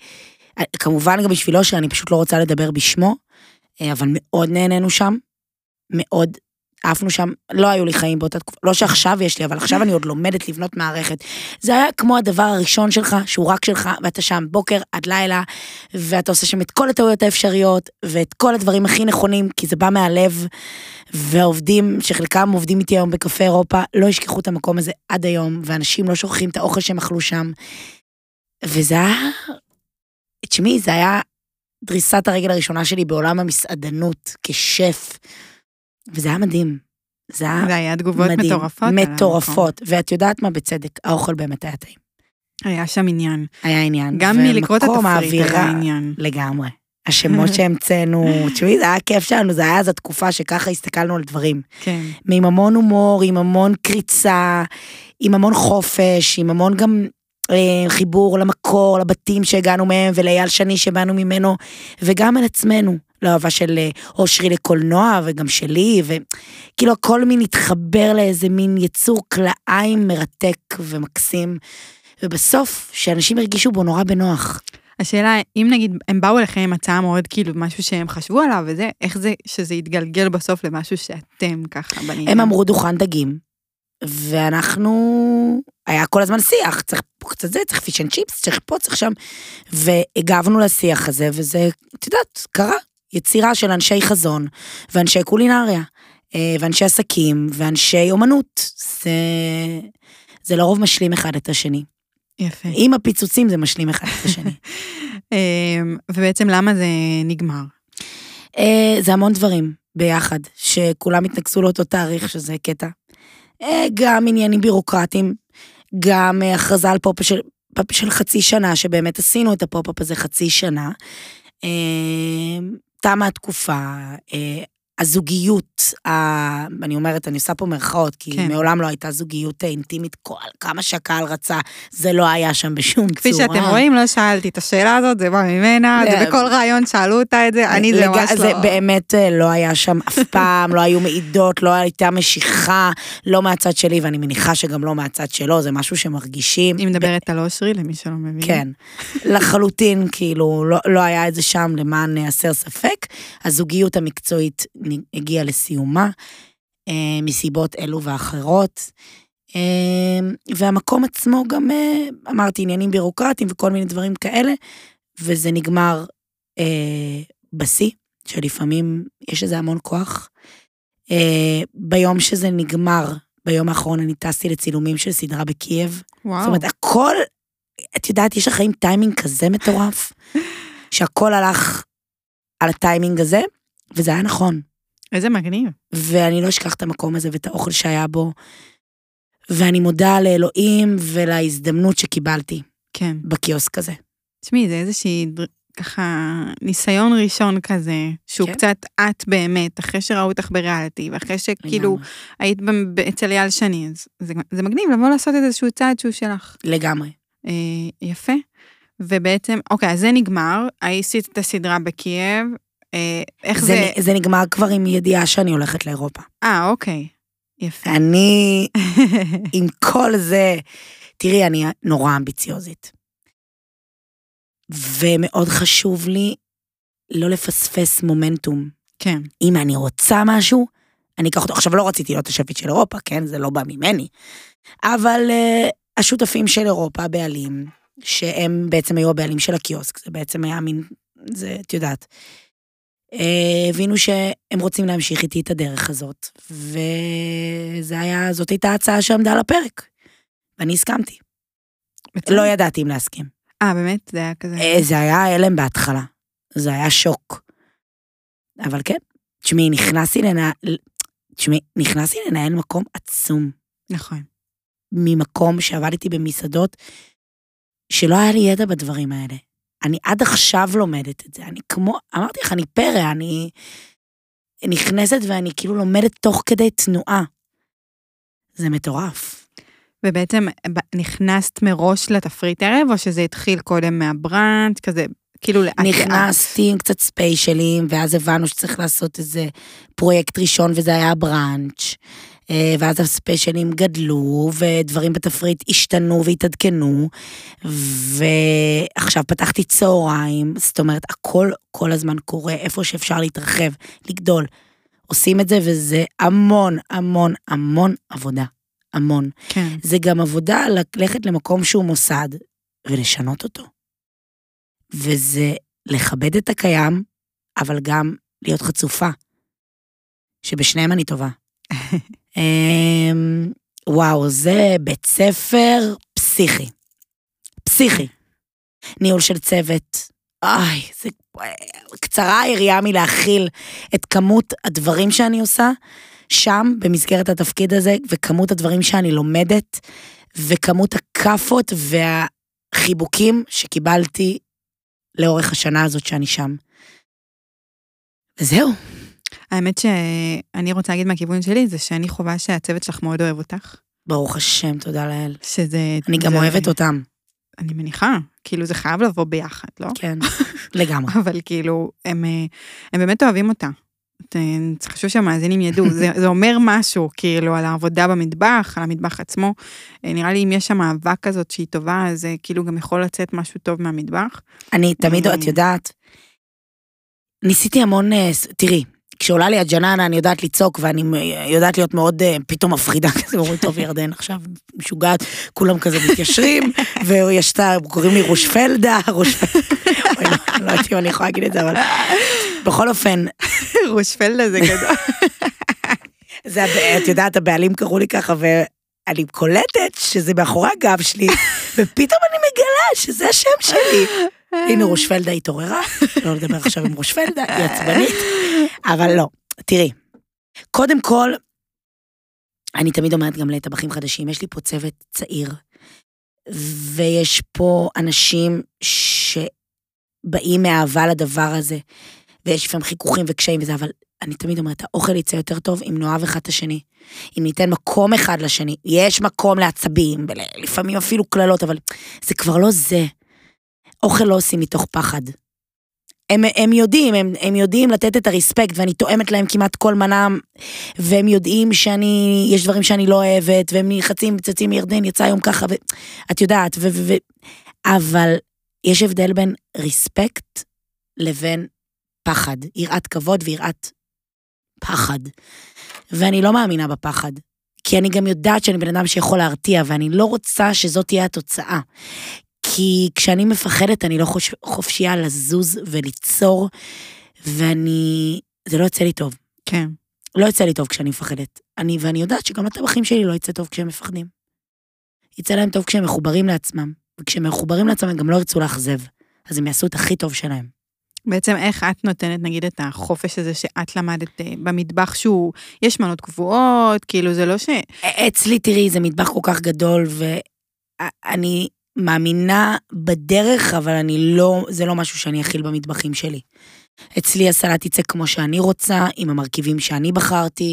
כמובן גם בשביל אושרי, אני פשוט לא רוצה לדבר בשמו, אבל מאוד נהנינו שם, מאוד עפנו שם, לא היו לי חיים באותה תקופה, לא שעכשיו יש לי, אבל עכשיו אני עוד לומדת לבנות מערכת. זה היה כמו הדבר הראשון שלך, שהוא רק שלך, ואתה שם בוקר עד לילה, ואתה עושה שם את כל הטעויות האפשריות, ואת כל הדברים הכי נכונים, כי זה בא מהלב, והעובדים, שחלקם עובדים איתי היום בקפה אירופה, לא ישכחו את המקום הזה עד היום, ואנשים לא שוכחים את האוכל שהם אכלו שם. וזה היה, תשמעי, זה היה דריסת הרגל הראשונה שלי בעולם המסעדנות, כשף, וזה היה מדהים. זה היה תגובות מטורפות. מטורפות, ואת יודעת מה בצדק, האוכל באמת היה טעים. היה שם עניין. היה עניין. גם מלקרוא את התפריט היה עניין. לגמרי. השמות שהמצאנו, תשמעי, זה היה כיף שלנו, זה היה אז התקופה שככה הסתכלנו על דברים. כן. עם המון הומור, עם המון קריצה, עם המון חופש, עם המון גם חיבור למקור, לבתים שהגענו מהם, ולאייל שני שבאנו ממנו, וגם על עצמנו. לאהבה של אושרי לקולנוע, וגם שלי, וכאילו הכל מין התחבר לאיזה מין יצור כלאיים מרתק ומקסים, ובסוף, שאנשים הרגישו בו נורא בנוח. השאלה, אם נגיד, הם באו אליכם עם הצעה מאוד כאילו, משהו שהם חשבו עליו, וזה, איך זה שזה יתגלגל בסוף למשהו שאתם ככה בנים? הם אמרו דוכן דגים, ואנחנו, היה כל הזמן שיח, צריך פה קצת זה, צריך פיש אנד צ'יפס, צריך פה, צריך שם, והגבנו לשיח הזה, וזה, את יודעת, קרה. יצירה של אנשי חזון, ואנשי קולינריה, ואנשי עסקים, ואנשי אומנות. זה לרוב משלים אחד את השני. יפה. עם הפיצוצים זה משלים אחד את השני. ובעצם למה זה נגמר? זה המון דברים ביחד, שכולם התנגסו לאותו תאריך, שזה קטע. גם עניינים בירוקרטיים, גם הכרזה על פופ של חצי שנה, שבאמת עשינו את הפופ הזה חצי שנה, תמה התקופה, הזוגיות, אני אומרת, אני עושה פה מרכאות, כי כן. מעולם לא הייתה זוגיות אינטימית, כמה שהקהל רצה, זה לא היה שם בשום צורה. כפי שאתם רואים, לא שאלתי את השאלה הזאת, זה בא ממנה, זה בכל רעיון שאלו אותה את זה, אני זה ממש לא. זה באמת לא היה שם אף פעם, לא היו מעידות, לא הייתה משיכה, לא מהצד שלי, ואני מניחה שגם לא מהצד שלו, זה משהו שמרגישים. היא מדברת על אושרי, למי שלא מבין. כן, לחלוטין, כאילו, לא היה את זה שם למען הסר ספק, הזוגיות המקצועית הגיעה לסיומה, מסיבות אלו ואחרות, והמקום עצמו גם, אמרתי, עניינים בירוקרטיים וכל מיני דברים כאלה, וזה נגמר בסי, שלפעמים יש איזה המון כוח. ביום שזה נגמר, ביום האחרון אני טסתי לצילומים של סדרה בקייב, זאת אומרת, הכל, את יודעת, יש לחיים טיימינג כזה מטורף, שהכל הלך על הטיימינג הזה, וזה היה נכון. איזה מגניב. ואני לא אשכח את המקום הזה ואת האוכל שהיה בו, ואני מודה לאלוהים ולהזדמנות שקיבלתי. כן. בקיוסק הזה. תשמעי, זה איזושהי ככה ניסיון ראשון כזה, שהוא כן. קצת את באמת, אחרי שראו אותך בריאליטי, ואחרי שכאילו היית אצל אייל שני, אז זה מגניב לבוא לעשות את איזשהו צעד שהוא שלך. לגמרי. יפה. ובעצם, אוקיי, אז זה נגמר, עשית את הסדרה בקייב, איך זה... זה נגמר כבר עם ידיעה שאני הולכת לאירופה. אוקיי. יפה. אני, עם כל זה, תראי, אני נורא אמביציוזית. ומאוד חשוב לי לא לפספס מומנטום. כן. אם אני רוצה משהו, אני אקח אותו. עכשיו לא רציתי להיות השפית של אירופה, כן? זה לא בא ממני. אבל השותפים של אירופה, הבעלים, שהם בעצם היו הבעלים של הקיוסק, זה בעצם היה מין, זה, את יודעת, הבינו שהם רוצים להמשיך איתי את הדרך הזאת, זאת הייתה הצעה שעמדה על הפרק, ואני הסכמתי. לא ידעתי אם להסכים. באמת? זה היה כזה... זה היה הלם בהתחלה, זה היה שוק. אבל כן, תשמעי, נכנסתי לנהל מקום עצום. נכון. ממקום שעבדתי במסעדות, שלא היה לי ידע בדברים האלה. אני עד עכשיו לומדת את זה, אני כמו, אמרתי לך, אני פרא, אני נכנסת ואני כאילו לומדת תוך כדי תנועה. זה מטורף. ובעצם נכנסת מראש לתפריט ערב, או שזה התחיל קודם מהברנץ', כזה, כאילו... נכנסתי עם קצת ספיישלים, ואז הבנו שצריך לעשות איזה פרויקט ראשון, וזה היה הברנץ', ואז הספיישלים גדלו, ודברים בתפריט השתנו והתעדכנו, ועכשיו פתחתי צהריים, זאת אומרת, הכל כל הזמן קורה, איפה שאפשר להתרחב, לגדול. עושים את זה, וזה המון, המון, המון עבודה. המון. כן. זה גם עבודה ללכת למקום שהוא מוסד, ולשנות אותו. וזה לכבד את הקיים, אבל גם להיות חצופה, שבשניהם אני טובה. וואו, זה בית ספר פסיכי. פסיכי. ניהול של צוות. זה קצרה היריעה מלהכיל את כמות הדברים שאני עושה, שם, במסגרת התפקיד הזה, וכמות הדברים שאני לומדת, וכמות הקפות והחיבוקים שקיבלתי לאורך השנה הזאת שאני שם. וזהו. האמת שאני רוצה להגיד מהכיוון שלי, זה שאני חובה שהצוות שלך מאוד אוהב אותך. ברוך השם, תודה לאל. שזה... אני גם אוהבת אותם. אני מניחה, כאילו זה חייב לבוא ביחד, לא? כן, לגמרי. אבל כאילו, הם באמת אוהבים אותה. חשוב שהמאזינים ידעו, זה אומר משהו, כאילו, על העבודה במטבח, על המטבח עצמו. נראה לי אם יש שם אהבה כזאת שהיא טובה, אז כאילו גם יכול לצאת משהו טוב מהמטבח. אני תמיד, את יודעת, ניסיתי המון, תראי, כשעולה לי הג'ננה, אני יודעת לצעוק, ואני יודעת להיות מאוד פתאום מפחידה, כזה אומרים, טוב ירדן, עכשיו משוגעת, כולם כזה מתיישרים, ויש את, קוראים לי רושפלדה, לא יודעת אם אני יכולה להגיד את זה, אבל בכל אופן, רושפלדה זה גדול. את יודעת, הבעלים קראו לי ככה, ואני קולטת שזה מאחורי הגב שלי, ופתאום אני מגלה שזה השם שלי. הנה רושפלדה התעוררה, לא לדבר עכשיו עם רושפלדה, היא עצבנית, אבל לא, תראי, קודם כל, אני תמיד אומרת גם לטבחים חדשים, יש לי פה צוות צעיר, ויש פה אנשים שבאים מאהבה לדבר הזה, ויש לפעמים חיכוכים וקשיים וזה, אבל אני תמיד אומרת, האוכל יצא יותר טוב אם נאהב אחד את השני, אם ניתן מקום אחד לשני, יש מקום לעצבים, ולפעמים אפילו כללות, אבל זה כבר לא זה, אוכל לא עושים מתוך פחד. הם יודעים לתת את הרספקט, ואני תואמת להם כמעט כל מנם, והם יודעים יש דברים שאני לא אוהבת, והם חצים צצים ירדן, יצא היום ככה, ואת יודעת, אבל יש הבדל בין רספקט לבין פחד, יראת כבוד ויראת פחד. ואני לא מאמינה בפחד, כי אני גם יודעת שאני בן אדם שיכול להרתיע, ואני לא רוצה שזאת תהיה התוצאה. כי כשאני מפחדת, אני לא חופשייה לזוז וליצור, זה לא יוצא לי טוב. כן. לא יוצא לי טוב כשאני מפחדת. ואני יודעת שגם לטבחים שלי לא יצא טוב כשהם מפחדים. יצא להם טוב כשהם מחוברים לעצמם, וכשהם מחוברים לעצמם הם גם לא ירצו לאכזב, אז הם יעשו את הכי טוב שלהם. בעצם איך את נותנת, נגיד, את החופש הזה שאת למדת במטבח שהוא, יש מנות קבועות, כאילו זה לא ש... אצלי, תראי, זה מטבח כל כך גדול, ואני מאמינה בדרך, אבל זה לא משהו שאני אכיל במטבחים שלי. אצלי הסלט יצא כמו שאני רוצה, עם המרכיבים שאני בחרתי,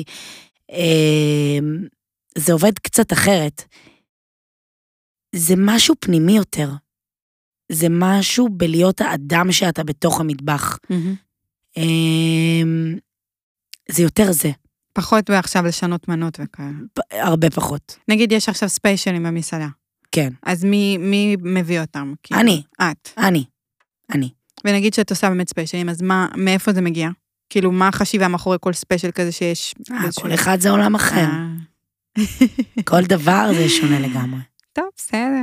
זה עובד קצת אחרת. זה משהו פנימי יותר. זה משהו בלהיות האדם שאתה בתוך המטבח. זה יותר זה. פחות ועכשיו לשנות מנות וכאלה. הרבה פחות. נגיד יש עכשיו ספיישלים במסעדה. כן. אז מי מביא אותם? אני. את. אני. ונגיד שאת עושה באמת ספיישלים, אז מאיפה זה מגיע? כאילו, מה החשיבה מאחורי כל ספיישל כזה שיש? כל אחד זה עולם אחר. כל דבר זה שונה לגמרי. טוב, בסדר.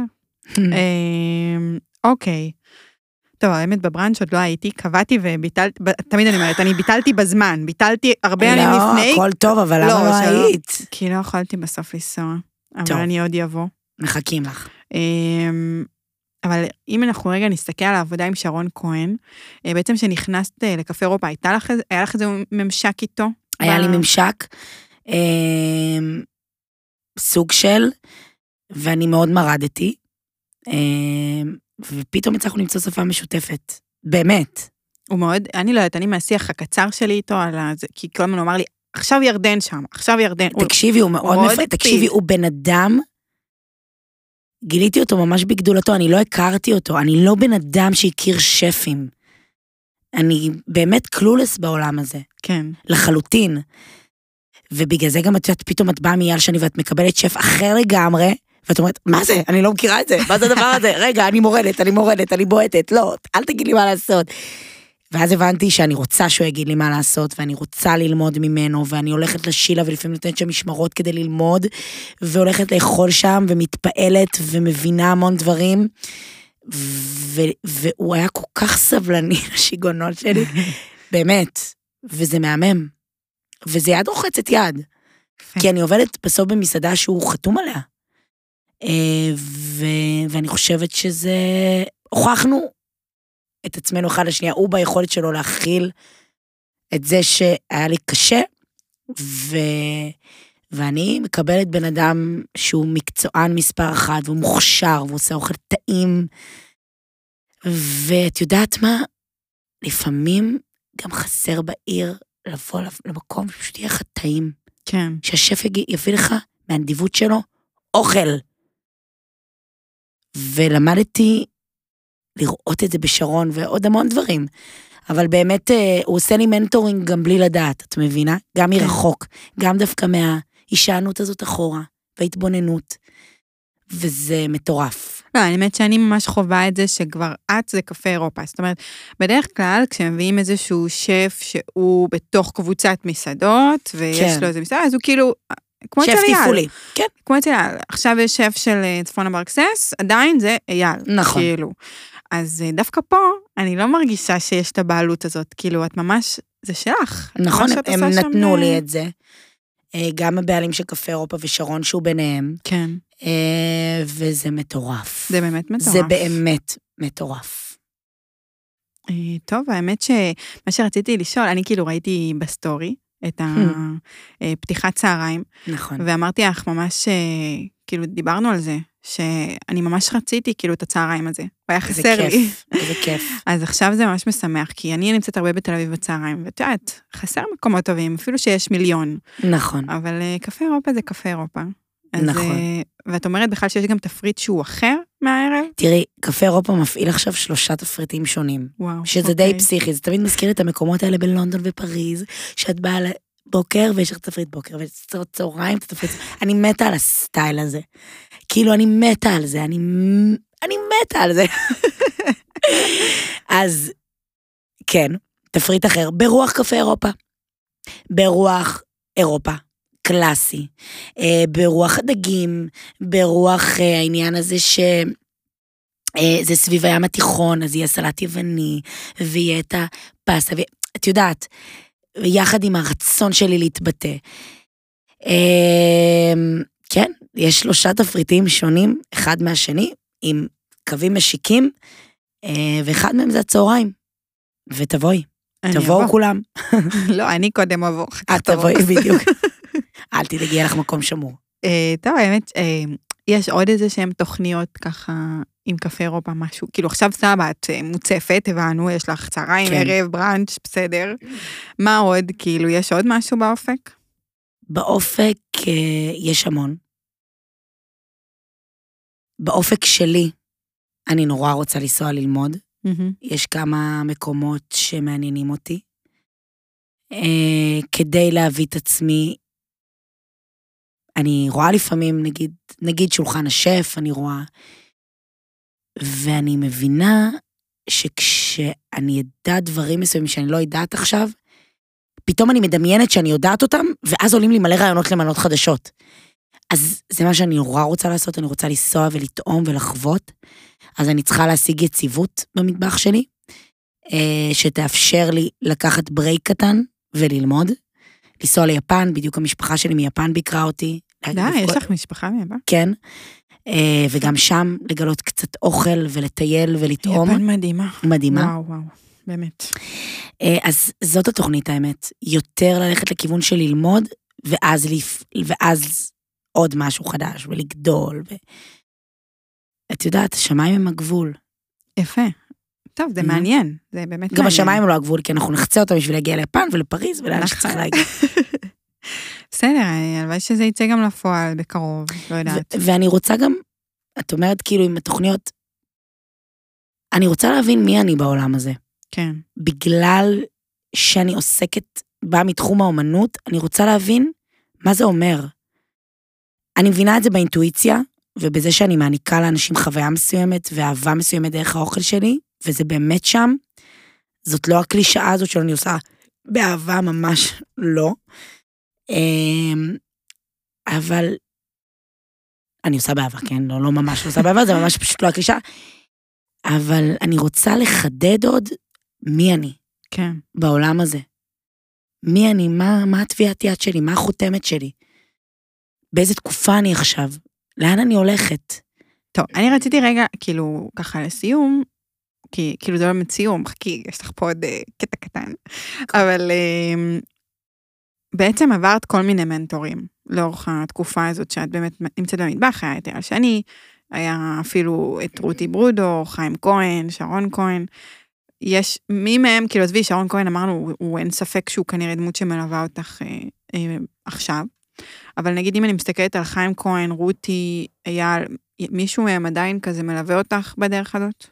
אוקיי. טוב, האמת בברנץ' עוד לא הייתי, קבעתי וביטלתי, תמיד אני אומרת, אני ביטלתי בזמן, ביטלתי הרבה ימים לפני. לא, הכל טוב, אבל למה לא היית? כי לא יכולתי בסוף לנסוע, אבל אני עוד יבוא. מחכים לך. אבל אם אנחנו רגע נסתכל על העבודה עם שרון כהן, בעצם שנכנסת לקפה אירופה, היה לך איזה ממשק איתו? היה לי ממשק, סוג של, ואני מאוד מרדתי, ופתאום הצלחנו למצוא שפה משותפת. באמת. הוא מאוד, אני לא יודעת, אני מהשיח הקצר שלי איתו, כי כל הזמן הוא אמר לי, עכשיו ירדן שם, עכשיו ירדן. תקשיבי, הוא מאוד מפעיל, תקשיבי, הוא בן אדם, גיליתי אותו ממש בגדולתו, אני לא הכרתי אותו, אני לא בן אדם שהכיר שפים. אני באמת קלולס בעולם הזה. כן. לחלוטין. ובגלל זה גם את פתאום את באה מייל שני, ואת מקבלת שף אחר לגמרי, ואת אומרת, מה זה? אני לא מכירה את זה, מה זה הדבר הזה? רגע, אני מורדת, אני בועטת, לא, אל תגיד לי מה לעשות. ואז הבנתי שאני רוצה שהוא יגיד לי מה לעשות, ואני רוצה ללמוד ממנו, ואני הולכת לשילה, ולפעמים נותנת שם משמרות כדי ללמוד, והולכת לאכול שם, ומתפעלת, ומבינה המון דברים, והוא היה כל כך סבלני לשיגונות שלי, באמת, וזה מהמם, וזה יד רוחצת יד, כי אני עובדת בסוף במסעדה שהוא חתום עליה, ואני חושבת שזה, הוכחנו את עצמנו אחד לשנייה, הוא ביכולת שלו להכיל את זה שהיה לי קשה, ואני מקבלת בן אדם שהוא מקצוען מספר אחד, והוא מוכשר, והוא עושה אוכל טעים, ואת יודעת מה? לפעמים גם חסר בעיר לבוא למקום שפשוט יהיה לך טעים. כן. שהשף יביא לך מהנדיבות שלו אוכל. ולמדתי לראות את זה בשרון ועוד המון דברים. אבל באמת הוא עושה לי מנטורינג גם בלי לדעת, את מבינה? גם מרחוק, גם דווקא מההישענות הזאת אחורה, וההתבוננות. וזה מטורף. לא, אני אומרת שאני ממש חובה את זה שכבר את זה קפה אירופה. זאת אומרת, בדרך כלל כשמביאים איזשהו שף שהוא בתוך קבוצת מסעדות, ויש לו איזה מסעדה, אז הוא כאילו, כמו שף תפעולי. כן. כמו אצל אייל. עכשיו יש שף של צפון אברקסס, עדיין זה אייל. נכון. כאילו. אז דווקא פה, אני לא מרגישה שיש את הבעלות הזאת. כאילו, את ממש, זה שלך. נכון, הם נתנו לי את זה. גם הבעלים של קפה אירופה ושרון שהוא ביניהם. כן. וזה מטורף. זה באמת מטורף. זה באמת מטורף. טוב, האמת שמה שרציתי לשאול, אני כאילו ראיתי בסטורי את הפתיחת צהריים. נכון. ואמרתי לך ממש, כאילו דיברנו על זה, שאני ממש רציתי כאילו את הצהריים הזה. הוא היה חסר לי. איזה כיף. אז עכשיו זה ממש משמח, כי אני נמצאת הרבה בתל אביב בצהריים, ואת יודעת, חסר מקומות טובים, אפילו שיש מיליון. נכון. אבל קפה אירופה זה קפה אירופה. נכון. ואת אומרת בכלל שיש גם תפריט שהוא אחר מהערב? תראי, קפה אירופה מפעיל עכשיו 3 תפריטים שונים. וואו. שזה די פסיכי, זה תמיד מזכיר את המקומות האלה בלונדון ופריז, שאת באה לבוקר ויש לך תפריט בוקר, וצהריים תפריט, אני מתה על הסטייל הזה. כאילו אני מתה על זה, אני מתה על זה. אז כן, תפריט אחר, ברוח קפה אירופה. ברוח אירופה. קלאסי, ברוח הדגים, ברוח העניין הזה שזה סביב הים התיכון, אז יהיה סלט יווני, ויהיה את הפסה, את יודעת, יחד עם הרצון שלי להתבטא. כן, יש 3 תפריטים שונים, אחד מהשני, עם קווים משיקים, ואחד מהם זה הצהריים. ותבואי, אני תבואו אבוא. כולם. לא, אני קודם אבוא. את תבואי בדיוק. אל תדאגי, יהיה לך מקום שמור. טוב, האמת, יש עוד איזה שהן תוכניות ככה עם קפה אירופה, משהו, כאילו עכשיו סבא, את מוצפת, הבנו, יש לך צהריים, כן. ערב, ברנץ', בסדר. מה עוד, כאילו, יש עוד משהו באופק? באופק יש המון. באופק שלי, אני נורא רוצה לנסוע ללמוד. יש כמה מקומות שמעניינים אותי. כדי להביא את עצמי, אני רואה לפעמים, נגיד שולחן השף, אני רואה, ואני מבינה שכשאני אדע דברים מסוימים שאני לא יודעת עכשיו, פתאום אני מדמיינת שאני יודעת אותם, ואז עולים לי מלא רעיונות למנות חדשות. אז זה מה שאני נורא רוצה לעשות, אני רוצה לנסוע ולטעום ולחוות, אז אני צריכה להשיג יציבות במטבח שלי, שתאפשר לי לקחת ברייק קטן וללמוד, לנסוע ליפן, בדיוק המשפחה שלי מיפן ביקרה אותי. יש לך משפחה מיפן? כן, וגם שם לגלות קצת אוכל ולטייל ולטעום. יפן מדהימה. מדהימה. וואו, באמת. אז זאת התוכנית האמת, יותר ללכת לכיוון של ללמוד, ואז עוד משהו חדש, ולגדול. את יודעת, השמיים הם הגבול. יפה. טוב, זה מעניין, זה באמת מעניין. גם השמיים הם לא הגבול, כי אנחנו נחצה אותם בשביל להגיע ליפן ולפריז, ולאן שצריך להגיע. בסדר, הלוואי שזה יצא גם לפועל בקרוב, לא יודעת. ואני רוצה גם, את אומרת כאילו עם התוכניות, אני רוצה להבין מי אני בעולם הזה. כן. בגלל שאני עוסקת בה מתחום האומנות, אני רוצה להבין מה זה אומר. אני מבינה את זה באינטואיציה, ובזה שאני מעניקה לאנשים חוויה מסוימת, ואהבה מסוימת דרך האוכל שלי, וזה באמת שם. זאת לא הקלישאה הזאת שאני עושה באהבה, ממש לא. אבל אני עושה באהבה, כן? לא ממש עושה באהבה, זה ממש פשוט לא הקלישאה. אבל אני רוצה לחדד עוד מי אני. כן. בעולם הזה. מי אני, מה התביעת יד שלי, מה החותמת שלי. באיזה תקופה אני עכשיו, לאן אני הולכת. טוב, אני רציתי רגע, כאילו, ככה לסיום, כי כאילו זה לא באמת סיום, חכי, יש לך פה עוד קטע קטן, אבל בעצם עברת כל מיני מנטורים, לאורך התקופה הזאת שאת באמת נמצאת במטבח, היה את אייל שני, היה אפילו את רותי ברודו, חיים כהן, שרון כהן, יש מי מהם, כאילו עזבי, שרון כהן אמרנו, הוא אין ספק שהוא כנראה דמות שמלווה אותך עכשיו, אבל נגיד אם אני מסתכלת על חיים כהן, רותי, אייל, מישהו מהם עדיין כזה מלווה אותך בדרך הזאת?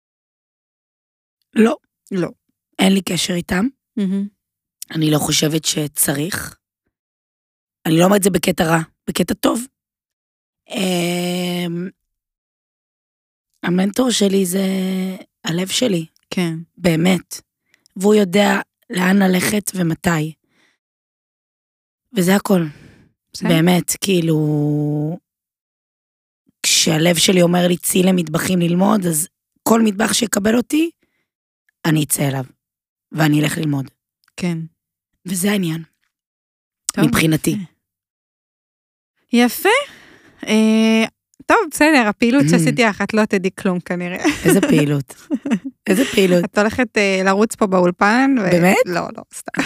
לא. לא. אין לי קשר איתם. אני לא חושבת שצריך. אני לא אומרת את זה בקטע רע, בקטע טוב. המנטור שלי זה הלב שלי. כן. באמת. והוא יודע לאן ללכת ומתי. וזה הכל. באמת, כאילו, כשהלב שלי אומר לי צי למטבחים ללמוד, אז כל מטבח שיקבל אותי, אני אצא אליו, ואני אלך ללמוד. כן. וזה העניין. טוב. מבחינתי. יפה. טוב, בסדר, הפעילות שעשיתי לך, את לא תדעי כלום כנראה. איזה פעילות. איזה פעילות. את הולכת לרוץ פה באולפן. באמת? לא, סתם.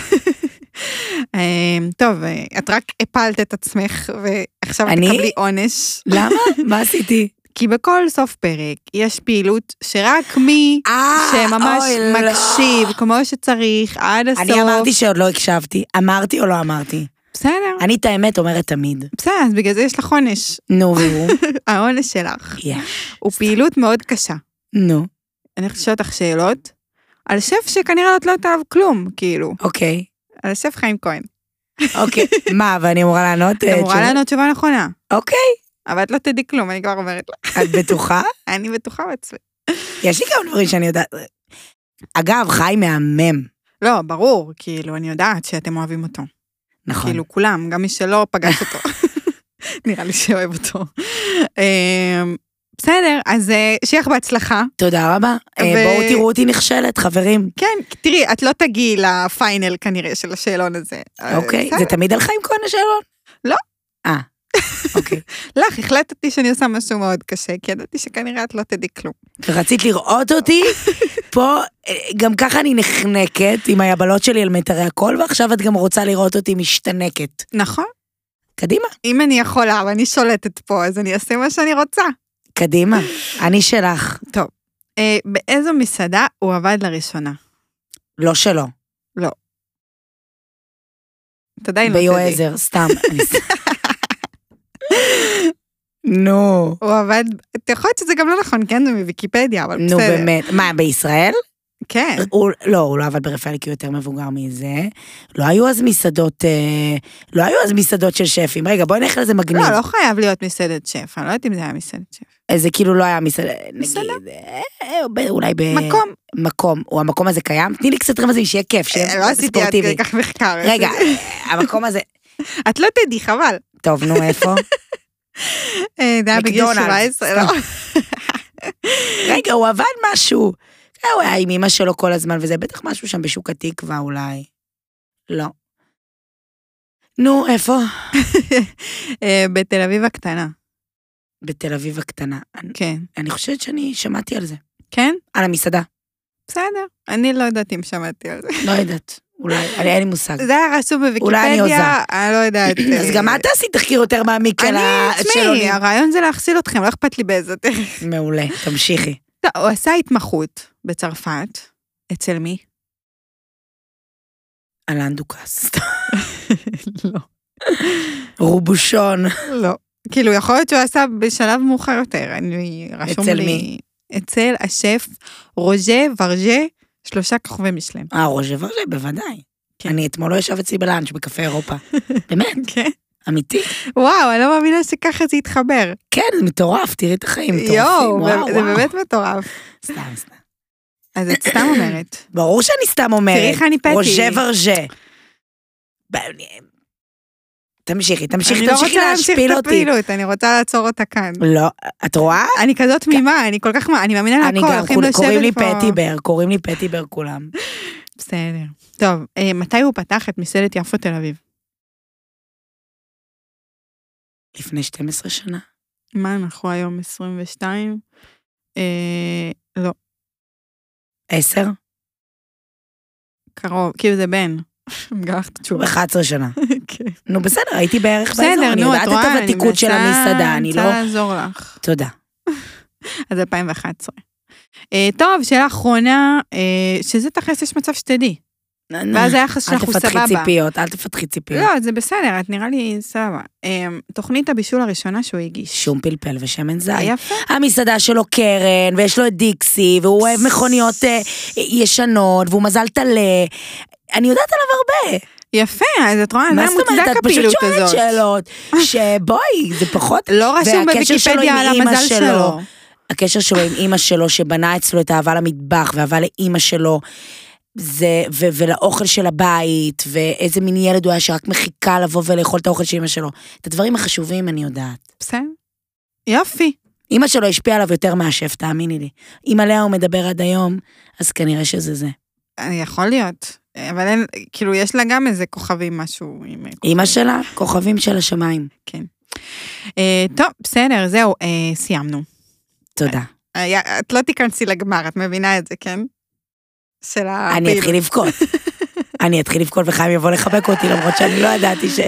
טוב, את רק הפלת את עצמך, ועכשיו את תקבלי עונש. למה? מה עשיתי? כי בכל סוף פרק יש פעילות שרק מי שממש מקשיב, כמו שצריך, עד הסוף. אני אמרתי שעוד לא הקשבתי. אמרתי או לא אמרתי? בסדר. אני את האמת אומרת תמיד. בסדר, אז בגלל זה יש לך עונש. נו, והוא? העונש שלך. הוא פעילות מאוד קשה. נו. אני חושבת לשאול אותך שאלות, על שף שכנראה לא תאהב כלום, כאילו. אוקיי. על שף חיים כהן. אוקיי. מה, ואני אמורה לענות? את אמורה לענות תשובה נכונה. אוקיי. אבל את לא תדעי כלום, אני כבר אומרת לך. את בטוחה? אני בטוחה בעצמי. יש לי כמה דברים שאני יודעת. אגב, חי מהמם. לא, ברור, כאילו, אני יודעת שאתם אוהבים אותו. נכון. כאילו, כולם, גם מי שלא פגש אותו. נראה לי שאוהב אותו. בסדר, אז שיח בהצלחה. תודה רבה. בואו תראו אותי נכשלת, חברים. כן, תראי, את לא תגיעי לפיינל כנראה של השאלון הזה. אוקיי, זה תמיד על חיים כהן השאלון? לא. אוקיי. לך, החלטתי שאני עושה משהו מאוד קשה, כי ידעתי שכנראה את לא תדעי כלום. ורצית לראות אותי, פה, גם ככה אני נחנקת עם היבלות שלי על מיתרי הכל, ועכשיו את גם רוצה לראות אותי משתנקת. נכון. קדימה. אם אני יכולה ואני שולטת פה, אז אני אעשה מה שאני רוצה. קדימה, אני שלך. טוב, באיזו מסעדה הוא עבד לראשונה? לא שלו. לא. אתה עדיין לא תדעי. ביועזר, סתם. נו. הוא עבד, אתה יכול להיות שזה גם לא נכון, כן? זה מוויקיפדיה, אבל בסדר. נו באמת. מה, בישראל? כן. הוא לא עבד ברפאל כי הוא יותר מבוגר מזה. לא היו אז מסעדות של שפים. רגע, בואי נלך לזה מגניב. לא חייב להיות מסעדת שף, אני לא יודעת אם זה היה מסעדת שף. זה כאילו לא היה מסעדה. מסעדה? נגיד, אולי מקום. מקום. או המקום הזה קיים? תני לי קצת רמזים שיהיה כיף, שיהיה לא עשיתי עד כדי כך מחקר. רגע, המקום הזה... את לא תדעי, חבל. טוב, נו, איפה? זה היה בגיל 17, לא. רגע, הוא עבד משהו. הוא היה עם אמא שלו כל הזמן, וזה בטח משהו שם בשוק התקווה אולי. לא. נו, איפה? בתל אביב הקטנה. בתל אביב הקטנה. כן. אני חושבת שאני שמעתי על זה. כן? על המסעדה. בסדר. אני לא יודעת אם שמעתי על זה. לא יודעת. אולי, אין לי מושג. זה היה רשום בוויקיפדיה, אני לא יודעת. אז גם את תעשי תחקיר יותר מעמיק על תשמעי, הרעיון זה להחסיל אתכם, לא אכפת לי באיזה דרך. מעולה, תמשיכי. הוא עשה התמחות בצרפת, אצל מי? אלן דוקס. לא. רובושון. לא. כאילו, יכול להיות שהוא עשה בשלב מאוחר יותר, רשום לי... אצל מי? אצל השף רוז'ה ורג'ה, 3 כוכבי משלם. רוז'ה ורג'ה, בוודאי. אני אתמול לא ישב אצלי בלאנץ' בקפה אירופה. באמת? כן. אמיתי. וואו, אני לא מאמינה שככה זה יתחבר. כן, זה מטורף, תראי את החיים, מטורפים. יואו, זה באמת מטורף. סתם. אז את סתם אומרת. ברור שאני סתם אומרת. תראי איך אני פתי. רוז'ה ורג'ה. תמשיכי להשפיל אותי. אני רוצה לעצור אותה כאן. לא, את רואה? אני כזאת תמימה, אני כל כך, אני מאמינה להכל. קוראים לי פטיבר כולם. בסדר. טוב, מתי הוא פתח את מסעדת יפו תל אביב? לפני 12 שנה. מה, אנחנו היום 22? לא. 10? קרוב, כאילו זה בן. מגלחת תשובה. 11 שנה. כן. נו בסדר, הייתי בערך באזור, אני יודעת את הוותיקות של המסעדה, אני לא... אני רוצה לעזור לך. תודה. אז 2011. טוב, שאלה אחרונה, שזה תכלס יש מצב שתדעי. ואז היחס שלך הוא סבבה. אל תפתחי ציפיות. לא, זה בסדר, את נראה לי סבבה. תוכנית הבישול הראשונה שהוא הגיש. שום פלפל ושמן זית. יפה. המסעדה שלו קרן, ויש לו את דיקסי, והוא אוהב מכוניות ישנות, והוא מזל תלה. אני יודעת עליו הרבה. יפה, אז את רואה, זה מוצדק הפעילות הזאת. את פשוט שואלת שאלות, שבואי, זה פחות... לא רשום בוויקיפדיה על המזל שלו. הקשר שלו עם אמא שלו, שבנה אצלו את האהבה למטבח, ואהבה לאמא שלו, ולאוכל של הבית, ואיזה מין ילד הוא היה שרק מחיקה לבוא ולאכול את האוכל של אמא שלו. את הדברים החשובים אני יודעת. בסדר. יופי. אמא שלו השפיעה עליו יותר מהשף, תאמיני לי. אם עליה הוא מדבר עד היום, אז כנראה שזה זה. יכול להיות. אבל אין, כאילו, יש לה גם איזה כוכבים משהו. אמא שלה, כוכבים של השמיים. כן. טוב, בסדר, זהו, סיימנו. תודה. את לא תיכנסי לגמר, את מבינה את זה, כן? אני אתחיל לבכות. אני אתחיל לבכות וחיים יבוא לחבק אותי, למרות שאני לא ידעתי ש...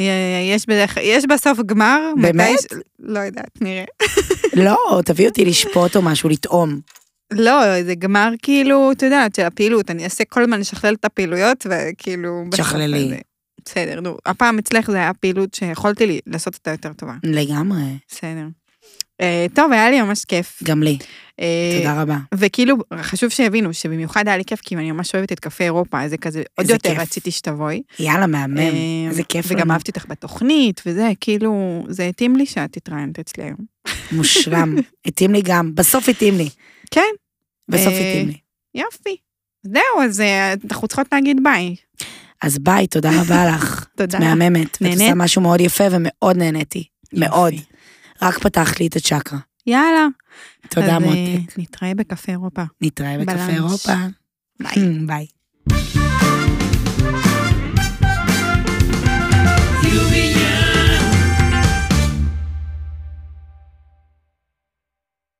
יש בסוף גמר. באמת? לא יודעת, נראה. לא, תביא אותי לשפוט או משהו, לטעום. לא, זה גמר כאילו, אתה יודעת, של הפעילות, אני אעשה כל הזמן לשכלל את הפעילויות, וכאילו... שכללי. בסדר, נו, הפעם אצלך זה היה פעילות שיכולתי לי לעשות אותה יותר טובה. לגמרי. בסדר. טוב, היה לי ממש כיף. גם לי. תודה רבה. וכאילו, חשוב שהבינו שבמיוחד היה לי כיף, כי אני ממש אוהבת את קפה אירופה, אז זה כזה, עוד יותר רציתי שתבואי. יאללה, מהמם, איזה כיף. וגם אהבתי אותך בתוכנית, וזה, כאילו, זה התאים לי שאת התראיינת אצלי היום. מושלם, התאים לי גם, בסוף התאים לי. כן. בסוף התאים לי. יופי. זהו, אז אנחנו צריכות להגיד ביי. אז ביי, תודה רבה לך. תודה. את מהממת, ואת עושה משהו מאוד יפה ומאוד נהניתי. מאוד. רק פתח לי את הצ'קרה. יאללה. תודה מותק. נתראה בקפה אירופה. נתראה בקפה אירופה. ביי. ביי.